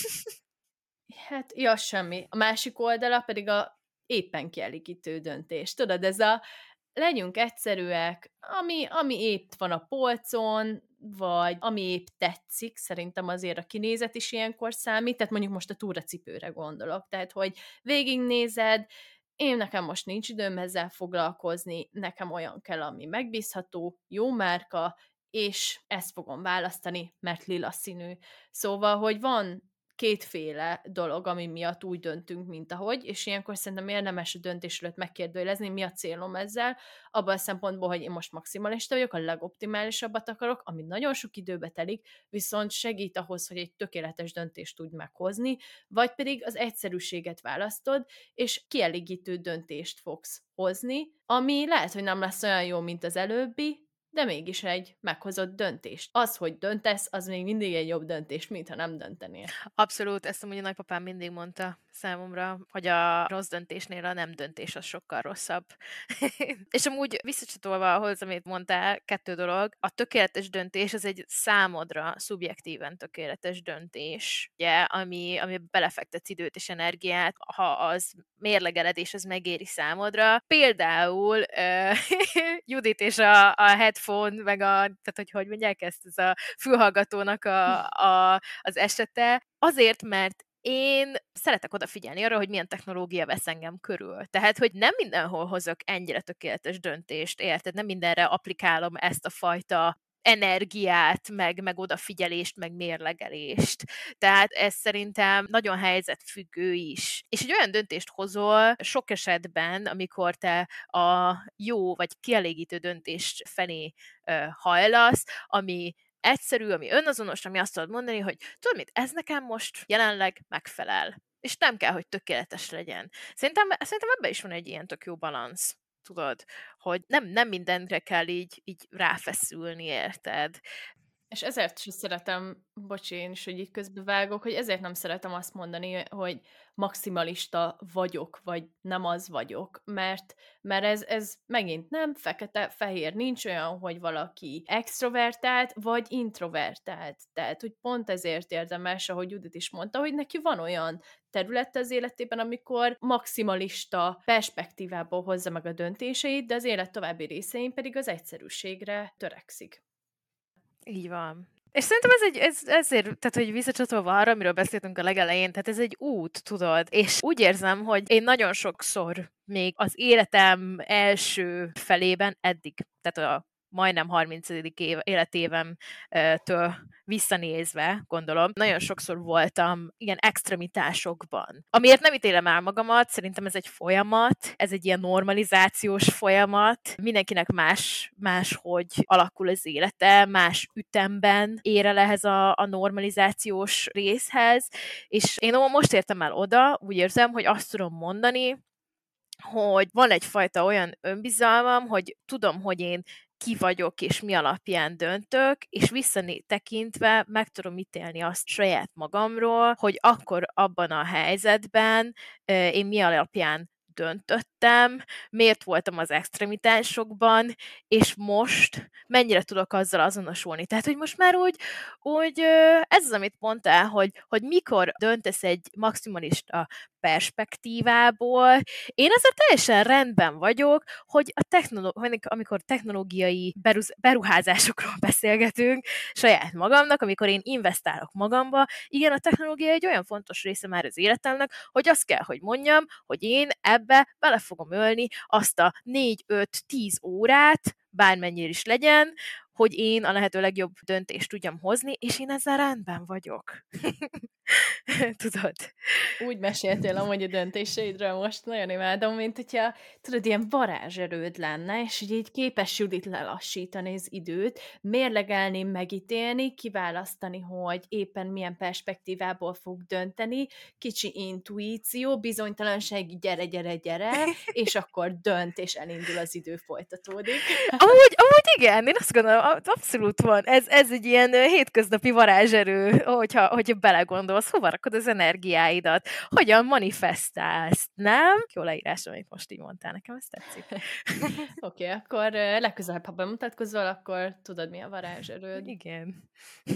Speaker 1: Hát, ja, semmi. A másik oldala pedig a éppen kielégítő döntés. Tudod, ez a legyünk egyszerűek, ami, ami épp van a polcon, vagy ami épp tetszik, szerintem azért a kinézet is ilyenkor számít, tehát mondjuk most a túracipőre gondolok, tehát hogy végignézed, én nekem most nincs időm ezzel foglalkozni, nekem olyan kell, ami megbízható, jó márka, és ezt fogom választani, mert lila színű. Szóval, hogy van kétféle dolog, ami miatt úgy döntünk, mint ahogy, és ilyenkor szerintem érdemes a döntés előtt megkérdőjelezni, mi a célom ezzel, abban a szempontból, hogy én most maximalista vagyok, a legoptimálisabbat akarok, ami nagyon sok időbe telik, viszont segít ahhoz, hogy egy tökéletes döntést tudj meghozni, vagy pedig az egyszerűséget választod, és kielégítő döntést fogsz hozni, ami lehet, hogy nem lesz olyan jó, mint az előbbi, de mégis egy meghozott döntés. Az, hogy döntesz, az még mindig egy jobb döntés, mintha nem döntenél.
Speaker 2: Abszolút, ezt amúgy a nagypapám mindig mondta számomra, hogy a rossz döntésnél a nem döntés az sokkal rosszabb. És amúgy visszacsatolva ahhoz, amit mondtál, kettő dolog. A tökéletes döntés az egy számodra szubjektíven tökéletes döntés, ugye, ami, ami belefektetsz időt és energiát, ha az mérlegeled és az megéri számodra. Például uh, Judit és a, a headphone, meg a, tehát hogy hogy mondják ezt, ez a fülhallgatónak a, a, az esete, azért, mert én szeretek odafigyelni arra, hogy milyen technológia vesz engem körül. Tehát, hogy nem mindenhol hozok ennyire tökéletes döntést, érted? Nem mindenre applikálom ezt a fajta energiát, meg, meg odafigyelést, meg mérlegelést. Tehát ez szerintem nagyon helyzetfüggő is. És egy olyan döntést hozol sok esetben, amikor te a jó vagy kielégítő döntést felé uh, hajlasz, ami egyszerű, ami önazonos, ami azt tudod mondani, hogy tudod mit, ez nekem most jelenleg megfelel. És nem kell, hogy tökéletes legyen. Szerintem, szerintem ebben is van egy ilyen tök jó balansz. Tudod, hogy nem, nem mindenre kell így, így ráfeszülni, érted?
Speaker 1: És ezért sem szeretem, bocsi, én is, hogy így közbevágok, hogy ezért nem szeretem azt mondani, hogy maximalista vagyok, vagy nem az vagyok, mert, mert ez, ez megint nem fekete-fehér, nincs olyan, hogy valaki extrovertált, vagy introvertált. Tehát, hogy pont ezért érdemes, ahogy Judit is mondta, hogy neki van olyan területe az életében, amikor maximalista perspektívából hozza meg a döntéseit, de az élet további részein pedig az egyszerűségre törekszik.
Speaker 2: Így van. És szerintem ez egy, ez, ezért, tehát hogy visszacsatolva arra, amiről beszéltünk a legelején, tehát ez egy út, tudod, és úgy érzem, hogy én nagyon sokszor még az életem első felében eddig, tehát a majdnem harmincadik év, életévemtől visszanézve, gondolom, nagyon sokszor voltam ilyen extremitásokban. Amiért nem ítélem el magamat, szerintem ez egy folyamat, ez egy ilyen normalizációs folyamat, mindenkinek más, máshogy alakul az élete, más ütemben ér el ehhez a, a normalizációs részhez, és én most értem el oda, úgy érzem, hogy azt tudom mondani, hogy van egyfajta olyan önbizalmam, hogy tudom, hogy én ki vagyok, és mi alapján döntök, és visszatekintve meg tudom ítélni azt saját magamról, hogy akkor abban a helyzetben én mi alapján döntöttem, miért voltam az extremitásokban, és most mennyire tudok azzal azonosulni. Tehát, hogy most már úgy, úgy ez az, amit mondtál, hogy, hogy mikor döntesz egy maximalista perspektívából. Én ezzel teljesen rendben vagyok, hogy a technoló- amikor technológiai beruházásokról beszélgetünk saját magamnak, amikor én investálok magamba, igen, a technológia egy olyan fontos része már az életemnek, hogy azt kell, hogy mondjam, hogy én ebbe bele fogom ölni azt a négy öt tíz órát, bármennyire is legyen, hogy én a lehető legjobb döntést tudjam hozni, és én ezzel rendben vagyok. Tudod?
Speaker 1: Úgy meséltél amúgy a döntéseidről most, nagyon imádom, mint hogyha, tudod, ilyen varázserőd lenne, és így, így képes Judit lelassítani az időt, mérlegelni, megítélni, kiválasztani, hogy éppen milyen perspektívából fog dönteni, kicsi intuíció, bizonytalanság, gyere, gyere, gyere, és akkor dönt, és elindul az idő, folytatódik.
Speaker 2: Amúgy, amúgy igen, én azt gondolom, abszolút van. Ez, ez egy ilyen hétköznapi varázserő, hogyha, hogyha belegondolsz, hova rakod az energiáidat, hogyan manifestálsz, nem? Jó leírás, amit most így mondtál, nekem ez tetszik.
Speaker 1: Oké, okay, akkor legközelebb, ha bemutatkozol, akkor tudod, mi a varázserőd.
Speaker 2: Igen.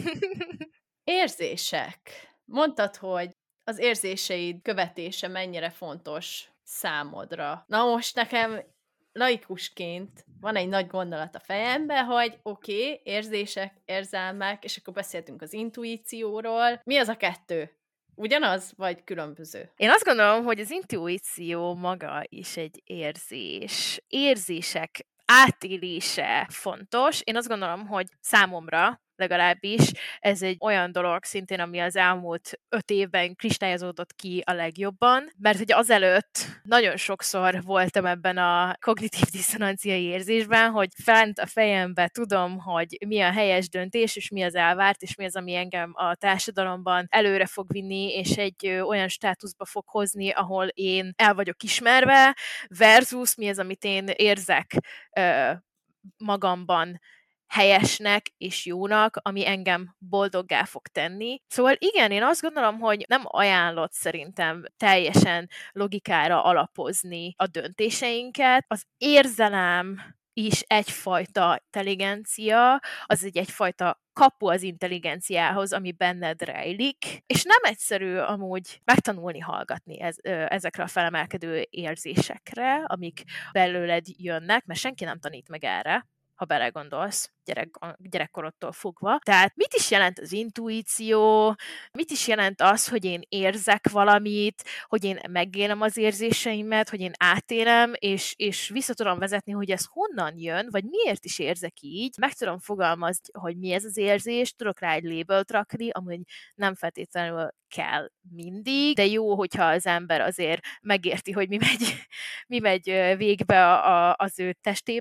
Speaker 1: Érzések. Mondtad, hogy az érzéseid követése mennyire fontos számodra. Na most nekem laikusként van egy nagy gondolat a fejemben, hogy oké, okay, érzések, érzelmek, és akkor beszéltünk az intuícióról. Mi az a kettő? Ugyanaz, vagy különböző?
Speaker 2: Én azt gondolom, hogy az intuíció maga is egy érzés. Érzések átélése fontos. Én azt gondolom, hogy számomra legalábbis ez egy olyan dolog szintén, ami az elmúlt öt évben kristályozódott ki a legjobban, mert hogy azelőtt nagyon sokszor voltam ebben a kognitív diszonanciai érzésben, hogy fent a fejemben tudom, hogy mi a helyes döntés, és mi az elvárt, és mi az, ami engem a társadalomban előre fog vinni, és egy ö, olyan státuszba fog hozni, ahol én el vagyok ismerve, versus mi az, amit én érzek ö, magamban helyesnek és jónak, ami engem boldoggá fog tenni. Szóval igen, én azt gondolom, hogy nem ajánlott szerintem teljesen logikára alapozni a döntéseinket. Az érzelem is egyfajta intelligencia, az egy egyfajta kapu az intelligenciához, ami benned rejlik, és nem egyszerű amúgy megtanulni hallgatni ez, ezekre a felemelkedő érzésekre, amik belőled jönnek, mert senki nem tanít meg erre, ha belegondolsz, gyerek, gyerekkorodtól fogva. Tehát mit is jelent az intuíció, mit is jelent az, hogy én érzek valamit, hogy én megélem az érzéseimet, hogy én átélem, és, és vissza tudom vezetni, hogy ez honnan jön, vagy miért is érzek így, meg tudom fogalmazni, hogy mi ez az érzés, tudok rá egy labelt rakni, amúgy nem feltétlenül kell mindig, de jó, hogyha az ember azért megérti, hogy mi megy, mi megy végbe a, a, az ő testében.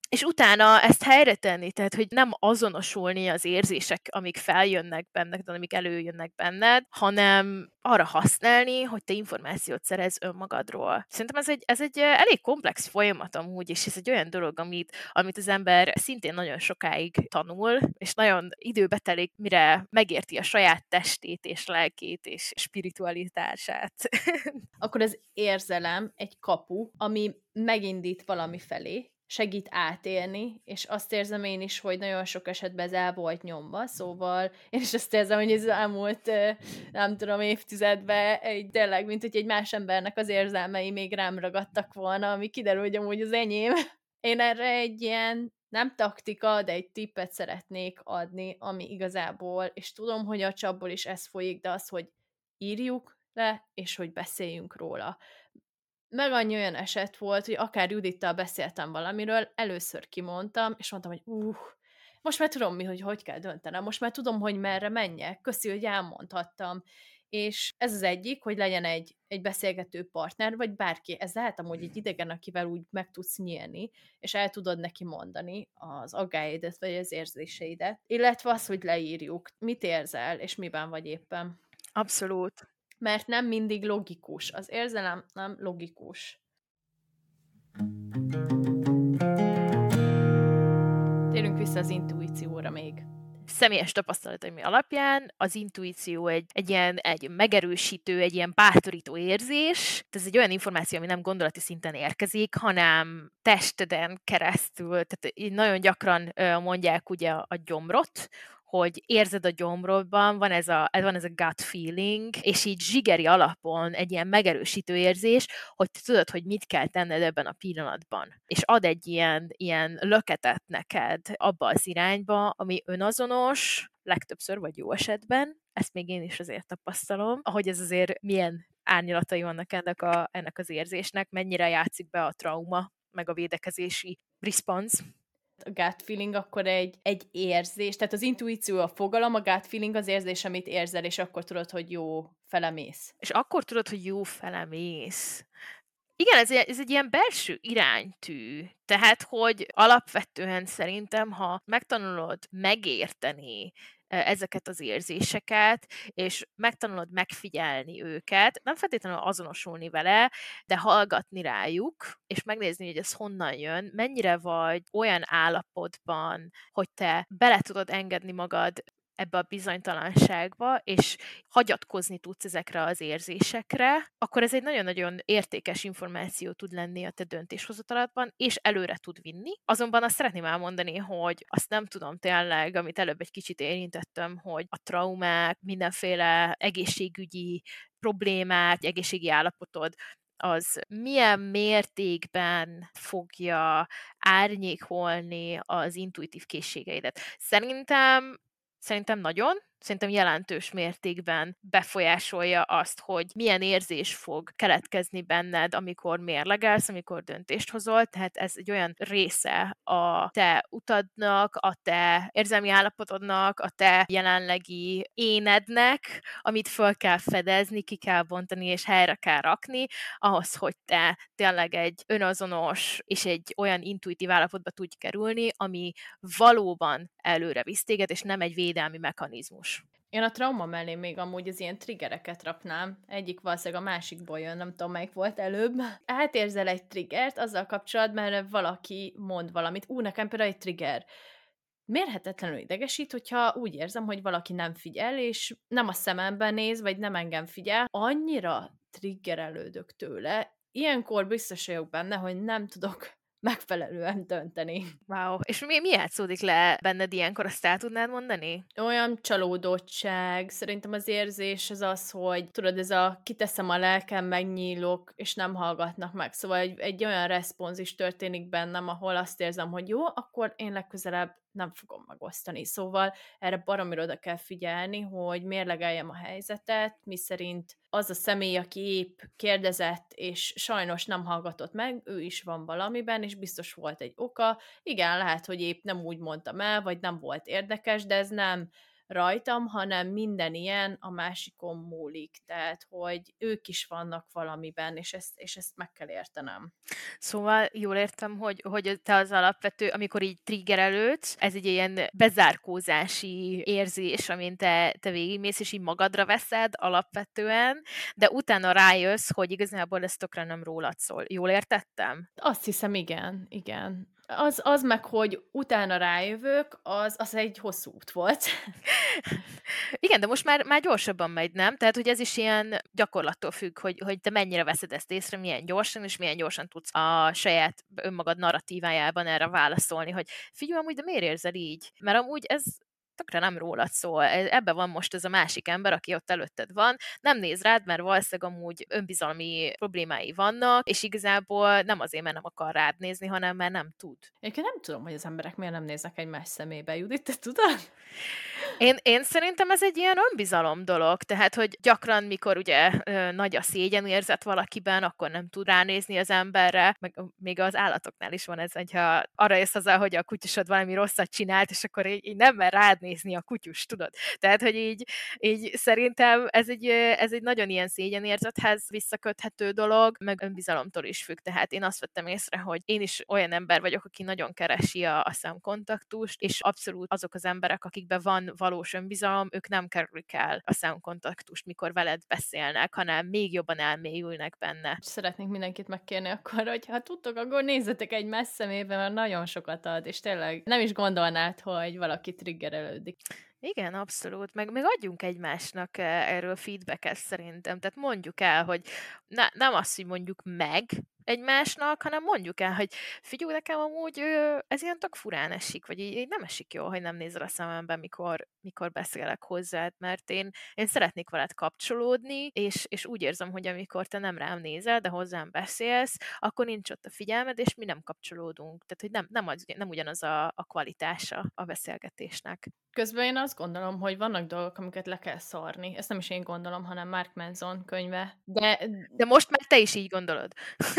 Speaker 2: és utána ezt helyre tenni, tehát, hogy nem azonosulni az érzések, amik feljönnek benned, amik előjönnek benned, hanem arra használni, hogy te információt szerez önmagadról. Szerintem ez egy, ez egy elég komplex folyamat amúgy, és ez egy olyan dolog, amit, amit az ember szintén nagyon sokáig tanul, és nagyon időbe telik, mire megérti a saját testét, és lelkét, és spiritualitását.
Speaker 1: Akkor az érzelem egy kapu, ami megindít valami felé, segít átélni, és azt érzem én is, hogy nagyon sok esetben ez el volt nyomva, szóval én is azt érzem, hogy az elmúlt, nem tudom, évtizedben egy, tényleg, mint hogy egy más embernek az érzelmei még rám ragadtak volna, ami kiderül, hogy amúgy az enyém. Én erre egy ilyen, nem taktika, de egy tippet szeretnék adni, ami igazából, és tudom, hogy a csapból is ez folyik, de az, hogy írjuk le, és hogy beszéljünk róla. Meg annyi olyan eset volt, hogy akár Judittal beszéltem valamiről, először kimondtam, és mondtam, hogy uh, most már tudom mi, hogy hogy kell döntenem, most már tudom, hogy merre menjek, köszi, hogy elmondhattam. És ez az egyik, hogy legyen egy, egy beszélgető partner, vagy bárki, ez lehet amúgy egy idegen, akivel úgy meg tudsz nyílni, és el tudod neki mondani az aggályaidat, vagy az érzéseidet, illetve az, hogy leírjuk, mit érzel, és miben vagy éppen.
Speaker 2: Abszolút.
Speaker 1: Mert nem mindig logikus. Az érzelem nem logikus. Térjünk vissza az intuícióra még.
Speaker 2: Személyes tapasztalataim alapján az intuíció egy, egy ilyen egy megerősítő, egy ilyen bátorító érzés. Ez egy olyan információ, ami nem gondolati szinten érkezik, hanem testeden keresztül. Tehát így nagyon gyakran mondják ugye a gyomrot, hogy érzed a gyomrodban, van ez a, van ez a gut feeling, és így zsigeri alapon egy ilyen megerősítő érzés, hogy te tudod, hogy mit kell tenned ebben a pillanatban. És ad egy ilyen, ilyen löketet neked abba az irányba, ami önazonos, legtöbbször vagy jó esetben, ezt még én is azért tapasztalom, ahogy ez azért milyen árnyalatai vannak ennek, a, ennek az érzésnek, mennyire játszik be a trauma, meg a védekezési response.
Speaker 1: A gut feeling akkor egy, egy érzés, tehát az intuíció a fogalom, a gut feeling az érzés, amit érzel, és akkor tudod, hogy jó felemész.
Speaker 2: És akkor tudod, hogy jó felemész. Igen, ez, ez egy ilyen belső iránytű. Tehát, hogy alapvetően szerintem, ha megtanulod megérteni ezeket az érzéseket, és megtanulod megfigyelni őket, nem feltétlenül azonosulni vele, de hallgatni rájuk, és megnézni, hogy ez honnan jön, mennyire vagy olyan állapotban, hogy te bele tudod engedni magad ebbe a bizonytalanságba, és hagyatkozni tudsz ezekre az érzésekre, akkor ez egy nagyon-nagyon értékes információ tud lenni a te döntéshozataladban, és előre tud vinni. Azonban azt szeretném elmondani, hogy azt nem tudom tényleg, amit előbb egy kicsit érintettem, hogy a traumák, mindenféle egészségügyi problémák, egészségi állapotod, az milyen mértékben fogja árnyékolni az intuitív készségeidet. Szerintem Szerintem nagyon, szerintem jelentős mértékben befolyásolja azt, hogy milyen érzés fog keletkezni benned, amikor mérlegelsz, amikor döntést hozol, tehát ez egy olyan része a te utadnak, a te érzelmi állapotodnak, a te jelenlegi énednek, amit föl kell fedezni, ki kell bontani és helyre kell rakni, ahhoz, hogy te tényleg egy önazonos és egy olyan intuitív állapotba tudj kerülni, ami valóban előre visz téged, és nem egy védelmi mechanizmus.
Speaker 1: Én a trauma mellé még amúgy az ilyen triggereket raknám. Egyik valószínűleg a másikból jön, nem tudom, melyik volt előbb. Átérzel egy triggert azzal kapcsolatban, mert valaki mond valamit. Ú, nekem például egy trigger. Mérhetetlenül idegesít, hogyha úgy érzem, hogy valaki nem figyel, és nem a szememben néz, vagy nem engem figyel. Annyira triggerelődök tőle. Ilyenkor biztos vagyok benne, hogy nem tudok megfelelően dönteni.
Speaker 2: Wow. És mi, mi játszódik le benned ilyenkor, azt el tudnád mondani?
Speaker 1: Olyan csalódottság, szerintem az érzés az az, hogy tudod, ez a kiteszem a lelkem, megnyílok, és nem hallgatnak meg. Szóval egy, egy olyan respons is történik bennem, ahol azt érzem, hogy jó, akkor én legközelebb nem fogom megosztani. Szóval erre baromira oda kell figyelni, hogy mérlegeljem a helyzetet, miszerint az a személy, aki épp kérdezett, és sajnos nem hallgatott meg, ő is van valamiben, és biztos volt egy oka. Igen, lehet, hogy épp nem úgy mondtam el, vagy nem volt érdekes, de ez nem rajtam, hanem minden ilyen a másikon múlik. Tehát, hogy ők is vannak valamiben, és ezt, és ezt meg kell értenem.
Speaker 2: Szóval jól értem, hogy, hogy te az alapvető, amikor így triggerelődsz, ez egy ilyen bezárkózási érzés, amin te, te végigmész, és így magadra veszed alapvetően, de utána rájössz, hogy igazából ez tökre nem rólad szól. Jól értettem?
Speaker 1: Azt hiszem, igen, igen. Az, az meg, hogy utána rájövök, az, az egy hosszú út volt.
Speaker 2: Igen, de most már, már gyorsabban megy, nem? Tehát, hogy ez is ilyen gyakorlattól függ, hogy, hogy te mennyire veszed ezt észre, milyen gyorsan, és milyen gyorsan tudsz a saját önmagad narratívájában erre válaszolni, hogy figyelj, amúgy, de miért érzel így? Mert amúgy ez tökre nem rólad szól. Ebben van most ez a másik ember, aki ott előtted van, nem néz rád, mert valószínűleg amúgy önbizalmi problémái vannak, és igazából nem azért, mert nem akar rád nézni, hanem mert nem tud.
Speaker 1: Egyébként nem tudom, hogy az emberek miért nem néznek egymás szemébe. Judit, te tudod?
Speaker 2: Én, én szerintem ez egy ilyen önbizalom dolog, tehát, hogy gyakran, mikor ugye ö, nagy a szégyenérzet valakiben, akkor nem tud ránézni az emberre, meg még az állatoknál is van ez, hogyha arra jössz hozzá, hogy a kutyusod valami rosszat csinált, és akkor így, így nem mer rád nézni a kutyus, tudod? Tehát, hogy így, így szerintem ez egy, ez egy nagyon ilyen szégyenérzethez visszaköthető dolog, meg önbizalomtól is függ, tehát én azt vettem észre, hogy én is olyan ember vagyok, aki nagyon keresi a, a szemkontaktust, és abszolút azok az emberek, akikben van valós önbizalom, ők nem kerülik el a szemkontaktust, mikor veled beszélnek, hanem még jobban elmélyülnek benne.
Speaker 1: Szeretnék mindenkit megkérni akkor, hogy ha tudtok, akkor nézzetek egymás szemébe, mert nagyon sokat ad, és tényleg nem is gondolnád, hogy valaki triggerelődik.
Speaker 2: Igen, abszolút. Meg, meg adjunk egymásnak erről feedbacket szerintem. Tehát mondjuk el, hogy ne, nem azt, hogy mondjuk meg egymásnak, hanem mondjuk el, hogy figyelj, nekem amúgy ez ilyen tök furán esik, vagy így, így nem esik jól, hogy nem nézel a szemembe, mikor, mikor beszélek hozzád, mert én, én szeretnék veled kapcsolódni, és, és úgy érzem, hogy amikor te nem rám nézel, de hozzám beszélsz, akkor nincs ott a figyelmed, és mi nem kapcsolódunk. Tehát, hogy nem, nem, az, nem ugyanaz a, a kvalitása a beszélgetésnek.
Speaker 1: Közben én azt gondolom, hogy vannak dolgok, amiket le kell szarni. Ezt nem is én gondolom, hanem Mark Manson könyve. De,
Speaker 2: De most már te is így gondolod.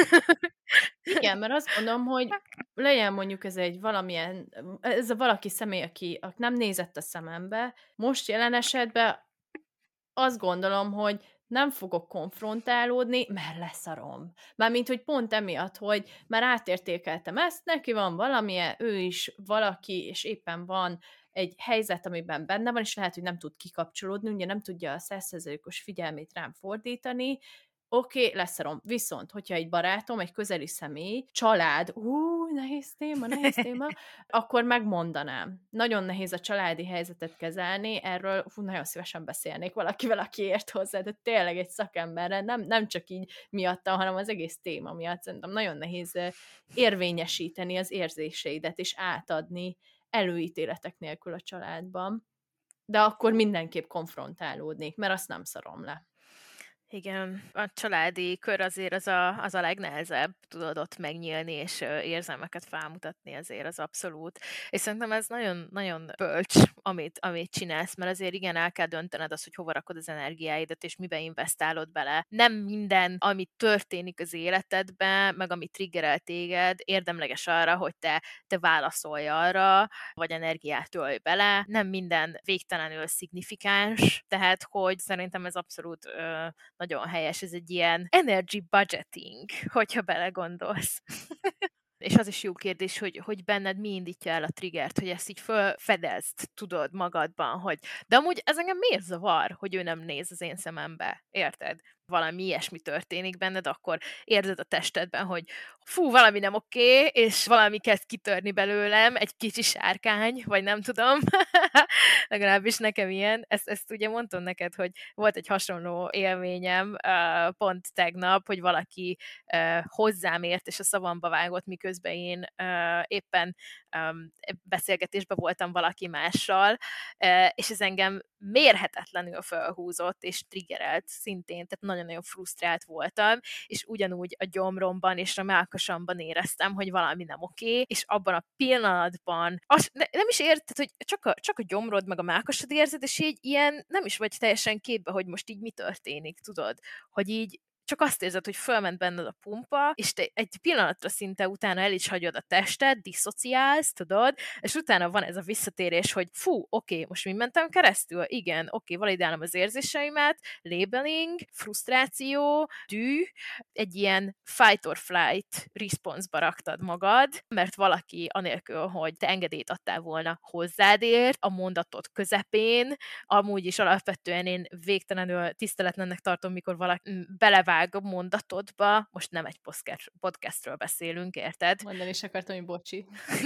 Speaker 1: Igen, mert azt gondolom, hogy legyen mondjuk ez egy valamilyen, ez a valaki személy, aki, aki nem nézett a szemembe, most jelen esetben azt gondolom, hogy nem fogok konfrontálódni, mert leszarom. Mármint, hogy pont emiatt, hogy már átértékeltem ezt, neki van valamilyen, ő is valaki, és éppen van egy helyzet, amiben benne van, és lehet, hogy nem tud kikapcsolódni, ugye nem tudja a száz százalékos figyelmét rám fordítani, oké, okay, leszarom. Viszont, hogyha egy barátom, egy közeli személy, család, ú, nehéz téma, nehéz téma, akkor megmondanám. Nagyon nehéz a családi helyzetet kezelni, erről hú, nagyon szívesen beszélnék valakivel, aki ért hozzá, de tényleg egy szakemberrel, nem, nem csak így miattam, hanem az egész téma miatt szerintem nagyon nehéz érvényesíteni az érzéseidet, és átadni előítéletek nélkül a családban. De akkor mindenképp konfrontálódnék, mert azt nem szarom le.
Speaker 2: Igen, a családi kör azért az a, az a legnehezebb, tudod ott megnyílni, és érzelmeket felmutatni azért az abszolút. És szerintem ez nagyon, nagyon bölcs, amit, amit csinálsz, mert azért igen, el kell döntened azt, hogy hova rakod az energiáidat, és mibe investálod bele. Nem minden, ami történik az életedben, meg ami triggerel téged, érdemleges arra, hogy te, te válaszolj arra, vagy energiát ölj bele. Nem minden végtelenül szignifikáns, tehát hogy szerintem ez abszolút ö, nagyon helyes, ez egy ilyen energy budgeting, hogyha belegondolsz. És az is jó kérdés, hogy, hogy benned mi indítja el a triggert, hogy ezt így felfedezd, tudod magadban, hogy de amúgy ez engem miért zavar, hogy ő nem néz az én szemembe, érted? Valami ilyesmi történik benned, akkor érzed a testedben, hogy fú, valami nem oké, és valami kezd kitörni belőlem, egy kicsi sárkány, vagy nem tudom, legalábbis nekem ilyen. Ezt, ezt ugye mondtam neked, hogy volt egy hasonló élményem uh, pont tegnap, hogy valaki uh, hozzám ért, és a szavamba vágott, miközben én uh, éppen um, beszélgetésben voltam valaki mással, uh, és ez engem mérhetetlenül felhúzott, és triggerelt szintén, tehát nagyon-nagyon frusztrált voltam, és ugyanúgy a gyomromban és a mellkasamban éreztem, hogy valami nem oké, és abban a pillanatban az, ne, nem is érted, hogy csak a, csak a gyomrod meg a mellkasod érzed, és így ilyen nem is vagy teljesen képbe, hogy most így mi történik, tudod? Hogy így csak azt érzed, hogy fölment benned a pumpa, és te egy pillanatra szinte utána el is hagyod a tested, diszociálsz, tudod, és utána van ez a visszatérés, hogy fú, oké, most mi mentem keresztül? Igen, oké, validálom az érzéseimet, labeling, frusztráció, dű, egy ilyen fight or flight response-ba raktad magad, mert valaki anélkül, hogy te engedélyt adtál volna hozzád ért, a mondatot közepén, amúgy is alapvetően én végtelenül tiszteletlennek tartom, mikor valaki belevág a mondatodba, most nem egy podcast, podcastről beszélünk, érted?
Speaker 1: Mondani is akartam, hogy bocsi.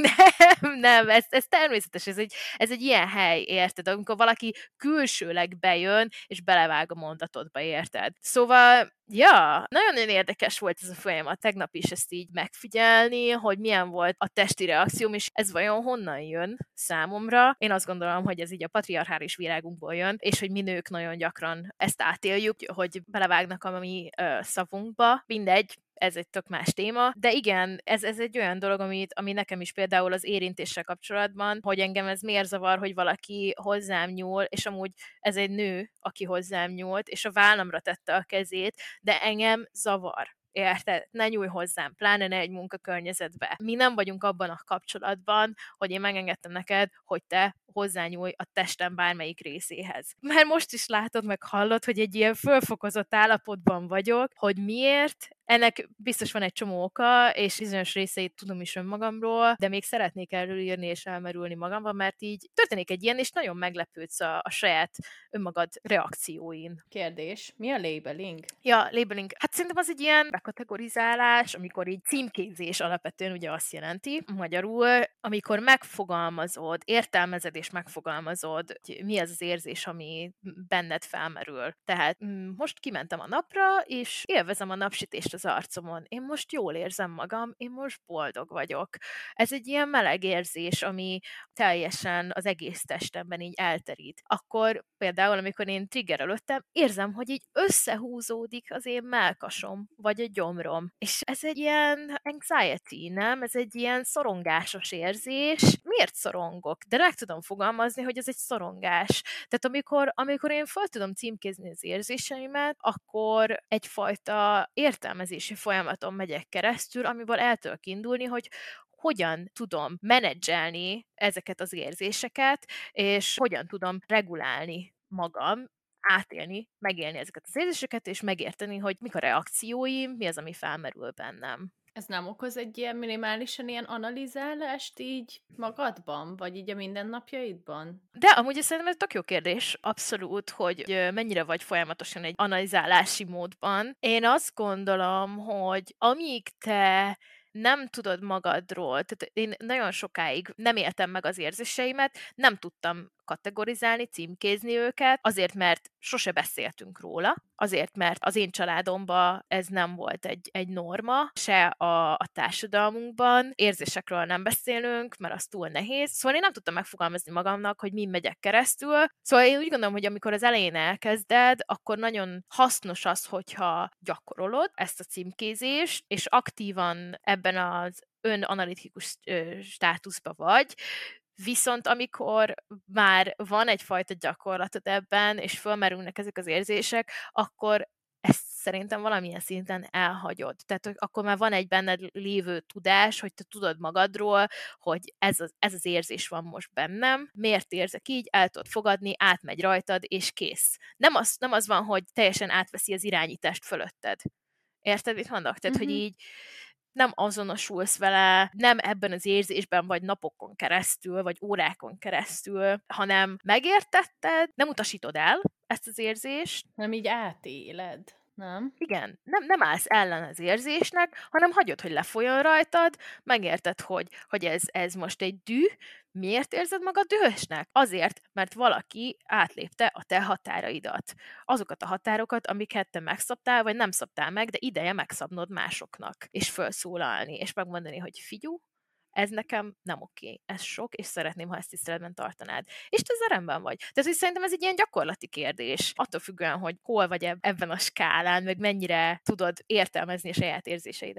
Speaker 2: Nem, nem, ez, ez természetes, ez egy, ez egy ilyen hely, érted? Amikor valaki külsőleg bejön, és belevág a mondatodba, érted? Szóval, ja, nagyon-nagyon érdekes volt ez a folyamat, tegnap is ezt így megfigyelni, hogy milyen volt a testi reakcióm, és ez vajon honnan jön számomra. Én azt gondolom, hogy ez így a patriarchális világunkból jön, és hogy mi nők nagyon gyakran ezt átéljük, hogy belevágnak a mi ö, szavunkba, mindegy, ez egy tök más téma, de igen, ez, ez egy olyan dolog, amit, ami nekem is például az érintéssel kapcsolatban, hogy engem ez miért zavar, hogy valaki hozzám nyúl, és amúgy ez egy nő, aki hozzám nyúlt, és a vállamra tette a kezét, de engem zavar. Érted? Ne nyújj hozzám, pláne ne egy munkakörnyezetbe. Mi nem vagyunk abban a kapcsolatban, hogy én megengedtem neked, hogy te hozzányúlj a testem bármelyik részéhez. Mert most is látod, meg hallod, hogy egy ilyen fölfokozott állapotban vagyok, hogy miért. Ennek biztos van egy csomó oka, és bizonyos részeit tudom is önmagamról, de még szeretnék erről írni és elmerülni magamban, mert így történik egy ilyen, és nagyon meglepődsz a, a saját önmagad reakcióin.
Speaker 1: Kérdés, mi a labeling?
Speaker 2: Ja, labeling. Hát szerintem az egy ilyen bekategorizálás, amikor így címkézés alapvetően ugye azt jelenti, magyarul, amikor megfogalmazod, értelmezed és megfogalmazod, hogy mi az az érzés, ami benned felmerül. Tehát most kimentem a napra, és élvezem a napsütést az arcomon. Én most jól érzem magam, én most boldog vagyok. Ez egy ilyen meleg érzés, ami teljesen az egész testemben így elterít. Akkor például, amikor én triggerelődtem, érzem, hogy így összehúzódik az én mellkasom, vagy a gyomrom. És ez egy ilyen anxiety, nem? Ez egy ilyen szorongásos érzés. Miért szorongok? De meg tudom fogalmazni, hogy ez egy szorongás. Tehát amikor, amikor én fel tudom címkézni az érzéseimet, akkor egyfajta értelmezési folyamaton megyek keresztül, amiből el tudok indulni, hogy hogyan tudom menedzselni ezeket az érzéseket, és hogyan tudom regulálni magam, átélni, megélni ezeket az érzéseket, és megérteni, hogy mik a reakcióim, mi az, ami felmerül bennem.
Speaker 1: Ez nem okoz egy ilyen minimálisan ilyen analizálást így magadban, vagy így a mindennapjaidban?
Speaker 2: De amúgy ez szerintem ez tök jó kérdés, abszolút, hogy mennyire vagy folyamatosan egy analizálási módban. Én azt gondolom, hogy amíg te nem tudod magadról, tehát én nagyon sokáig nem éltem meg az érzéseimet, nem tudtam kategorizálni, címkézni őket, azért, mert sose beszéltünk róla, azért, mert az én családomban ez nem volt egy, egy norma, se a, a társadalmunkban, érzésekről nem beszélünk, mert az túl nehéz. Szóval én nem tudtam megfogalmazni magamnak, hogy min megyek keresztül. Szóval én úgy gondolom, hogy amikor az elején elkezded, akkor nagyon hasznos az, hogyha gyakorolod ezt a címkézést, és aktívan ebben az önanalitikus státuszba vagy, viszont amikor már van egyfajta gyakorlatod ebben, és fölmerülnek ezek az érzések, akkor ezt szerintem valamilyen szinten elhagyod. Tehát akkor már van egy benned lévő tudás, hogy te tudod magadról, hogy ez az, ez az érzés van most bennem, miért érzek így, el tudod fogadni, átmegy rajtad, és kész. Nem az, nem az van, hogy teljesen átveszi az irányítást fölötted. Érted, mit mondok? Tehát, mm-hmm. hogy így nem azonosulsz vele, nem ebben az érzésben vagy napokon keresztül, vagy órákon keresztül, hanem megértetted, nem utasítod el ezt az érzést.
Speaker 1: Nem így átéled, nem?
Speaker 2: Igen, nem, nem állsz ellen az érzésnek, hanem hagyod, hogy lefolyjon rajtad, megérted, hogy, hogy ez, ez most egy dű. Miért érzed magad dühösnek? Azért, mert valaki átlépte a te határaidat. Azokat a határokat, amiket te megszabtál, vagy nem szabtál meg, de ideje megszabnod másoknak, és felszólalni, és megmondani, hogy figyú, ez nekem nem oké, ez sok, és szeretném, ha ezt tiszteletben tartanád. És te ezzel rendben vagy. Tehát, hogy szerintem ez egy ilyen gyakorlati kérdés. Attól függően, hogy hol vagy ebben a skálán, meg mennyire tudod értelmezni a saját érzéseidet.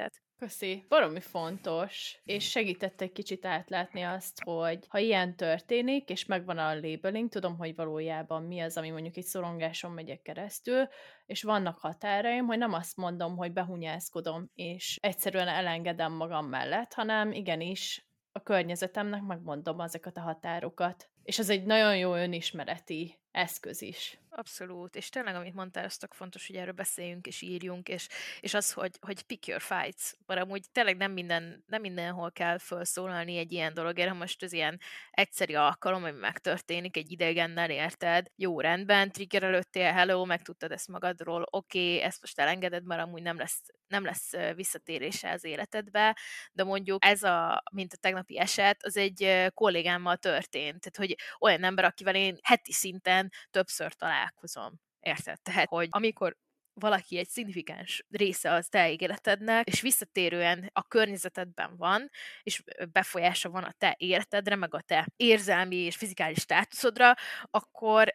Speaker 1: Köszi. Baromi fontos, és segített egy kicsit átlátni azt, hogy ha ilyen történik, és megvan a labeling, tudom, hogy valójában mi az, ami mondjuk egy szorongáson megyek keresztül, és vannak határaim, hogy nem azt mondom, hogy behunyászkodom, és egyszerűen elengedem magam mellett, hanem igenis a környezetemnek megmondom ezeket a határokat. És ez egy nagyon jó önismereti eszköz is.
Speaker 2: Abszolút, és tényleg, amit mondtál, az tök fontos, hogy erről beszéljünk és írjunk, és, és az, hogy, hogy pick your fights, mert amúgy tényleg nem, minden, nem mindenhol kell felszólalni egy ilyen dologért, ha most az ilyen egyszeri alkalom, ami megtörténik egy idegennel, érted, jó, rendben, trigger előttél, hello, megtudtad ezt magadról, oké, okay, ezt most elengeded, mert amúgy nem lesz, nem lesz visszatérése az életedbe, de mondjuk ez a, mint a tegnapi eset, az egy kollégámmal történt, tehát hogy olyan ember, akivel én heti szinten többször találkozom. Érted? Tehát, hogy amikor valaki egy szignifikáns része az te életednek, és visszatérően a környezetedben van, és befolyása van a te életedre, meg a te érzelmi és fizikális státuszodra, akkor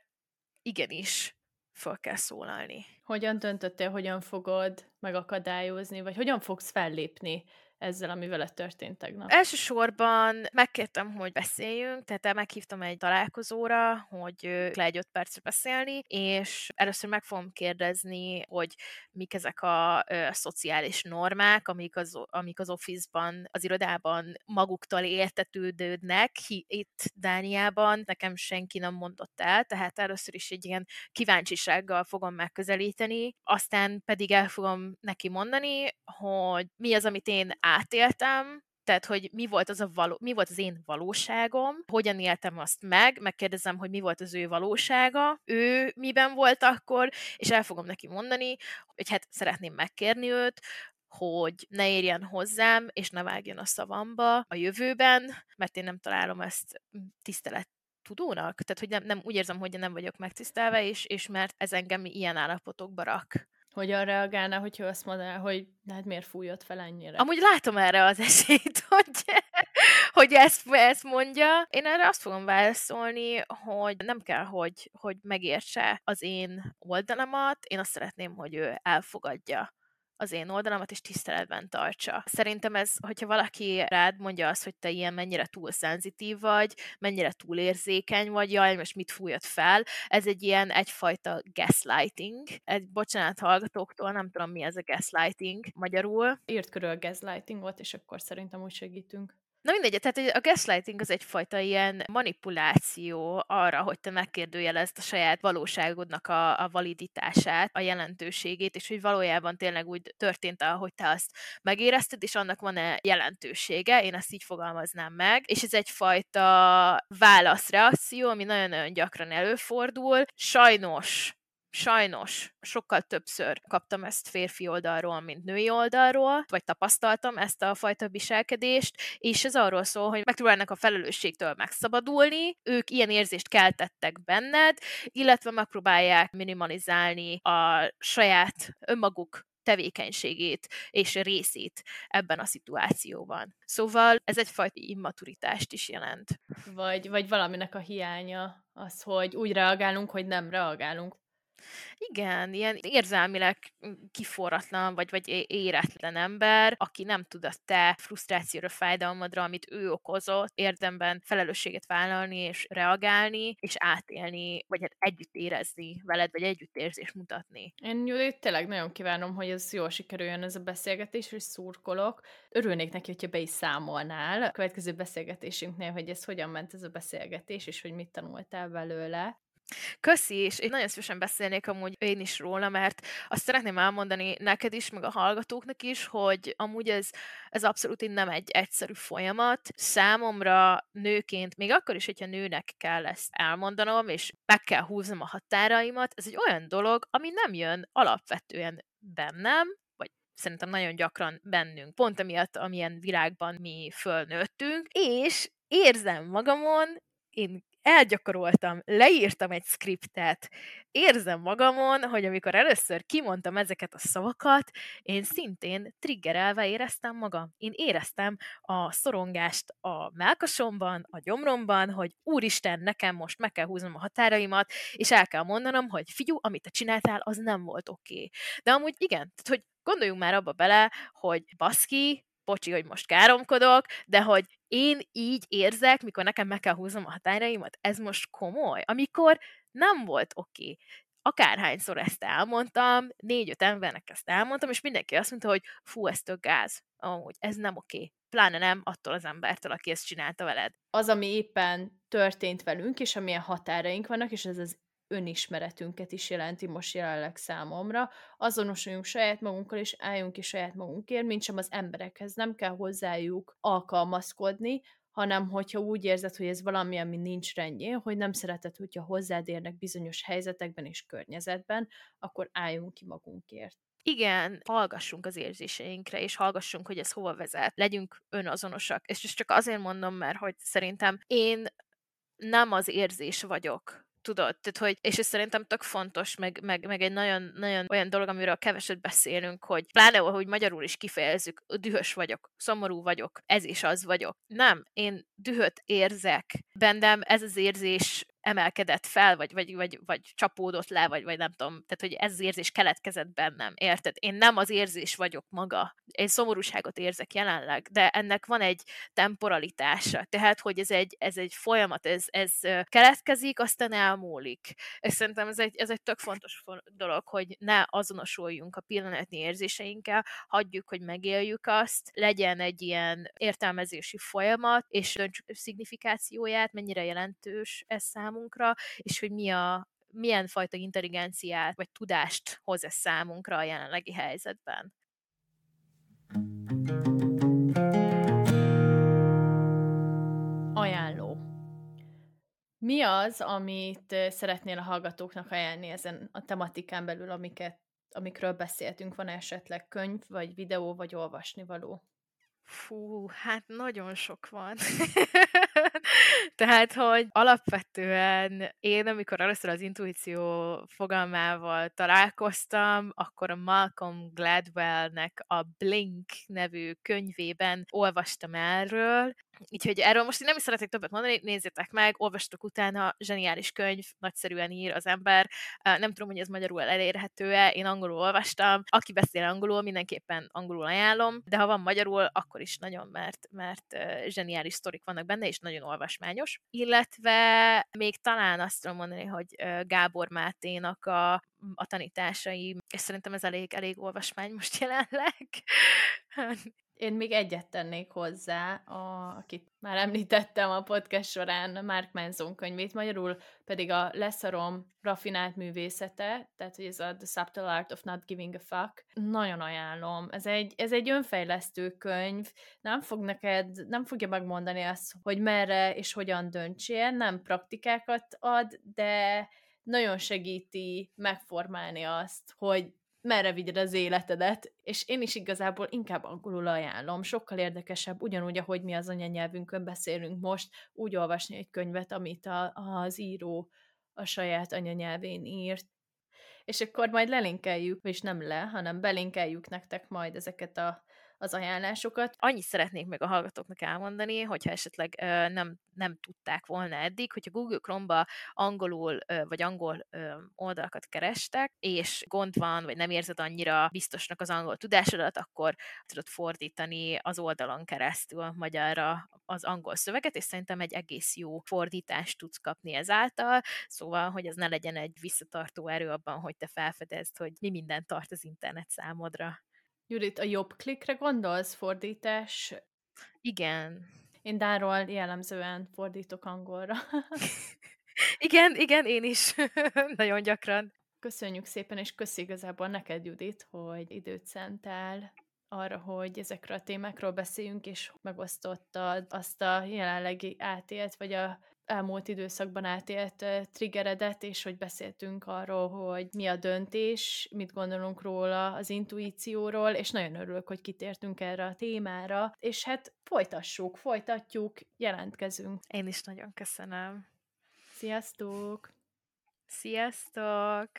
Speaker 2: igenis föl kell szólalni.
Speaker 1: Hogyan döntöttél, hogyan fogod megakadályozni, vagy hogyan fogsz fellépni ezzel, ami veled történt tegnap?
Speaker 2: Elsősorban megkértem, hogy beszéljünk, tehát meghívtam egy találkozóra, hogy le egy öt percre beszélni, és először meg fogom kérdezni, hogy mik ezek a ö, szociális normák, amik az, amik az office-ban, az irodában maguktól értetődődnek. Hi, itt Dániában nekem senki nem mondott el, tehát először is egy ilyen kíváncsisággal fogom megközelíteni, aztán pedig el fogom neki mondani, hogy mi az, amit én átéltem, tehát, hogy mi volt, az a való, mi volt az én valóságom, hogyan éltem azt meg, megkérdezem, hogy mi volt az ő valósága, ő miben volt akkor, és el fogom neki mondani, hogy hát szeretném megkérni őt, hogy ne érjen hozzám, és ne vágjon a szavamba a jövőben, mert én nem találom ezt tisztelet tudónak, tehát, hogy nem, nem, úgy érzem, hogy nem vagyok megtisztelve, és, és mert ez engem ilyen állapotokba rak.
Speaker 1: Hogyan reagálna, hogyha azt mondaná, hogy hát miért fújott fel ennyire?
Speaker 2: Amúgy látom erre az esélyt, hogy, hogy ezt, ezt mondja. Én erre azt fogom válaszolni, hogy nem kell, hogy, hogy megértse az én oldalamat, én azt szeretném, hogy ő elfogadja az én oldalamat, és tiszteletben tartsa. Szerintem ez, hogyha valaki rád mondja azt, hogy te ilyen mennyire túl szenzitív vagy, mennyire túl érzékeny vagy, jaj, most mit fújod fel, ez egy ilyen egyfajta gaslighting. Egy bocsánat hallgatóktól, nem tudom, mi ez a gaslighting magyarul.
Speaker 1: Írt körül a gaslightingot, és akkor szerintem úgy segítünk.
Speaker 2: Na mindegy, tehát a gaslighting az egyfajta ilyen manipuláció arra, hogy te megkérdőjelezd a saját valóságodnak a, a validitását, a jelentőségét, és hogy valójában tényleg úgy történt, ahogy te azt megérezted, és annak van-e jelentősége, én ezt így fogalmaznám meg, és ez egyfajta válaszreakció, ami nagyon-nagyon gyakran előfordul. Sajnos Sajnos sokkal többször kaptam ezt férfi oldalról, mint női oldalról, vagy tapasztaltam ezt a fajta viselkedést, és ez arról szól, hogy megpróbálnak a felelősségtől megszabadulni, ők ilyen érzést keltettek benned, illetve megpróbálják minimalizálni a saját önmaguk tevékenységét és részét ebben a szituációban. Szóval ez egyfajta immaturitást is jelent.
Speaker 1: Vagy, vagy valaminek a hiánya az, hogy úgy reagálunk, hogy nem reagálunk.
Speaker 2: Igen, ilyen érzelmileg kiforratlan, vagy, vagy éretlen ember, aki nem tud a te frusztrációra, fájdalmadra, amit ő okozott, érdemben felelősséget vállalni, és reagálni, és átélni, vagy hát együtt érezni veled, vagy együttérzést mutatni.
Speaker 1: Én Judit tényleg nagyon kívánom, hogy ez jól sikerüljön ez a beszélgetés, és szurkolok. Örülnék neki, hogyha be is számolnál a következő beszélgetésünknél, hogy ez hogyan ment ez a beszélgetés, és hogy mit tanultál belőle.
Speaker 2: Köszi, és én nagyon szívesen beszélnék amúgy én is róla, mert azt szeretném elmondani neked is, meg a hallgatóknak is, hogy amúgy ez, ez abszolút nem egy egyszerű folyamat. Számomra nőként, még akkor is, hogyha nőnek kell ezt elmondanom, és meg kell húznom a határaimat, ez egy olyan dolog, ami nem jön alapvetően bennem, vagy szerintem nagyon gyakran bennünk, pont emiatt, amilyen világban mi fölnőttünk, és érzem magamon, én elgyakoroltam, leírtam egy skriptet, érzem magamon, hogy amikor először kimondtam ezeket a szavakat, én szintén triggerelve éreztem magam. Én éreztem a szorongást a mellkasomban, a gyomromban, hogy úristen, nekem most meg kell húznom a határaimat, és el kell mondanom, hogy figyú, amit te csináltál, az nem volt oké. Okay. De amúgy igen, tehát, hogy gondoljunk már abba bele, hogy baszki, bocsi, hogy most káromkodok, de hogy én így érzek, mikor nekem meg kell húznom a határaimat, ez most komoly? Amikor nem volt oké. Okay. Akárhányszor ezt elmondtam, négy-öt embernek ezt elmondtam, és mindenki azt mondta, hogy fú, ez tök gáz. Amúgy, ez nem oké. Okay. Pláne nem attól az embertől, aki ezt csinálta veled.
Speaker 1: Az, ami éppen történt velünk, és amilyen határaink vannak, és ez az önismeretünket is jelenti most jelenleg számomra, azonosuljunk saját magunkkal, és álljunk ki saját magunkért, mint sem az emberekhez. Nem kell hozzájuk alkalmazkodni, hanem hogyha úgy érzed, hogy ez valami, ami nincs rendjén, hogy nem szereted, hogyha hozzád érnek bizonyos helyzetekben és környezetben, akkor álljunk ki magunkért.
Speaker 2: Igen, hallgassunk az érzéseinkre, és hallgassunk, hogy ez hova vezet. Legyünk önazonosak. És csak azért mondom, mert hogy szerintem én nem az érzés vagyok, tudod? Tehát, hogy, és ez szerintem tök fontos, meg, meg, meg egy nagyon, nagyon olyan dolog, amiről keveset beszélünk, hogy pláne, hogy magyarul is kifejezzük, dühös vagyok, szomorú vagyok, ez is az vagyok. Nem, én dühöt érzek. Bennem ez az érzés emelkedett fel, vagy, vagy, vagy, vagy csapódott le, vagy, vagy nem tudom, tehát, hogy ez az érzés keletkezett bennem, érted? Én nem az érzés vagyok maga. Én szomorúságot érzek jelenleg, de ennek van egy temporalitása, tehát, hogy ez egy, ez egy folyamat, ez, ez keletkezik, aztán elmúlik. És szerintem ez egy, ez egy tök fontos dolog, hogy ne azonosuljunk a pillanatnyi érzéseinkkel, hagyjuk, hogy megéljük azt, legyen egy ilyen értelmezési folyamat, és döntsük szignifikációját, mennyire jelentős ez számunkra, és hogy mi a, milyen fajta intelligenciát vagy tudást hoz ez számunkra a jelenlegi helyzetben.
Speaker 1: Ajánló. Mi az, amit szeretnél a hallgatóknak ajánlani ezen a tematikán belül, amiket, amikről beszéltünk? Van esetleg könyv, vagy videó, vagy olvasnivaló?
Speaker 2: Fú, hát nagyon sok van. Tehát, hogy alapvetően én, amikor először az intuíció fogalmával találkoztam, akkor a Malcolm Gladwellnek a Blink nevű könyvében olvastam erről, úgyhogy erről most én nem is szeretnék többet mondani, nézzétek meg, olvastok utána, zseniális könyv, nagyszerűen ír az ember, nem tudom, hogy ez magyarul elérhető-e, én angolul olvastam, aki beszél angolul, mindenképpen angolul ajánlom, de ha van magyarul, akkor is nagyon, mert, mert zseniális sztorik vannak benne, és nagyon olvasmányos. Illetve még talán azt tudom mondani, hogy Gábor Máténak a, a tanításai, és szerintem ez elég, elég olvasmány most jelenleg.
Speaker 1: Én még egyet tennék hozzá, a, akit már említettem a podcast során, Mark Manson könyvét, magyarul pedig a Leszarom rafinált művészete, tehát hogy ez a The Subtle Art of Not Giving a Fuck. Nagyon ajánlom. Ez egy, ez egy önfejlesztő könyv, nem fog neked, nem fogja megmondani azt, hogy merre és hogyan döntsél, nem praktikákat ad, de nagyon segíti megformálni azt, hogy merre vigyed az életedet, és én is igazából inkább angolul ajánlom. Sokkal érdekesebb, ugyanúgy, ahogy mi az anyanyelvünkön beszélünk most, úgy olvasni egy könyvet, amit a, az író a saját anyanyelvén írt. És akkor majd lelinkeljük, és nem le, hanem belinkeljük nektek majd ezeket a az ajánlásokat.
Speaker 2: Annyit szeretnék meg a hallgatóknak elmondani, hogyha esetleg ö, nem, nem tudták volna eddig, hogyha Google Chrome-ba angolul ö, vagy angol ö, oldalakat kerestek, és gond van, vagy nem érzed annyira biztosnak az angol tudásodat, akkor tudod fordítani az oldalon keresztül magyarra az angol szöveget, és szerintem egy egész jó fordítást tudsz kapni ezáltal, szóval, hogy ez ne legyen egy visszatartó erő abban, hogy te felfedezd, hogy mi minden tart az internet számodra.
Speaker 1: Judit, a jobb klikre gondolsz, fordítás?
Speaker 2: Igen.
Speaker 1: Én Dánról jellemzően fordítok angolra.
Speaker 2: igen, igen, én is. Nagyon gyakran.
Speaker 1: Köszönjük szépen, és köszi igazából neked, Judit, hogy időt szentál arra, hogy ezekről a témákról beszéljünk, és megosztottad azt a jelenlegi átélt, vagy a elmúlt időszakban átélt triggeredet, és hogy beszéltünk arról, hogy mi a döntés, mit gondolunk róla, az intuícióról, és nagyon örülök, hogy kitértünk erre a témára, és hát folytassuk, folytatjuk, jelentkezünk.
Speaker 2: Én is nagyon köszönöm.
Speaker 1: Sziasztok!
Speaker 2: Sziasztok!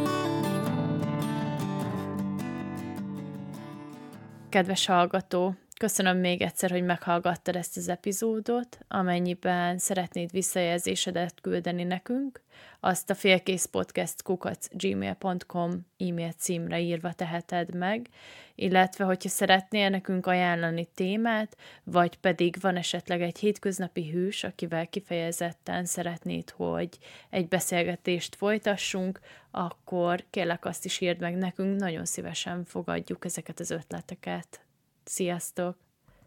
Speaker 1: Kedves hallgató, Köszönöm még egyszer, hogy meghallgattad ezt az epizódot. Amennyiben szeretnéd visszajelzésedet küldeni nekünk, azt a félkészpodcast kukac gmail pont com e-mail címre írva teheted meg, illetve hogyha szeretnél nekünk ajánlani témát, vagy pedig van esetleg egy hétköznapi hős, akivel kifejezetten szeretnéd, hogy egy beszélgetést folytassunk, akkor kérlek azt is írd meg nekünk, nagyon szívesen fogadjuk ezeket az ötleteket. Sziasztok!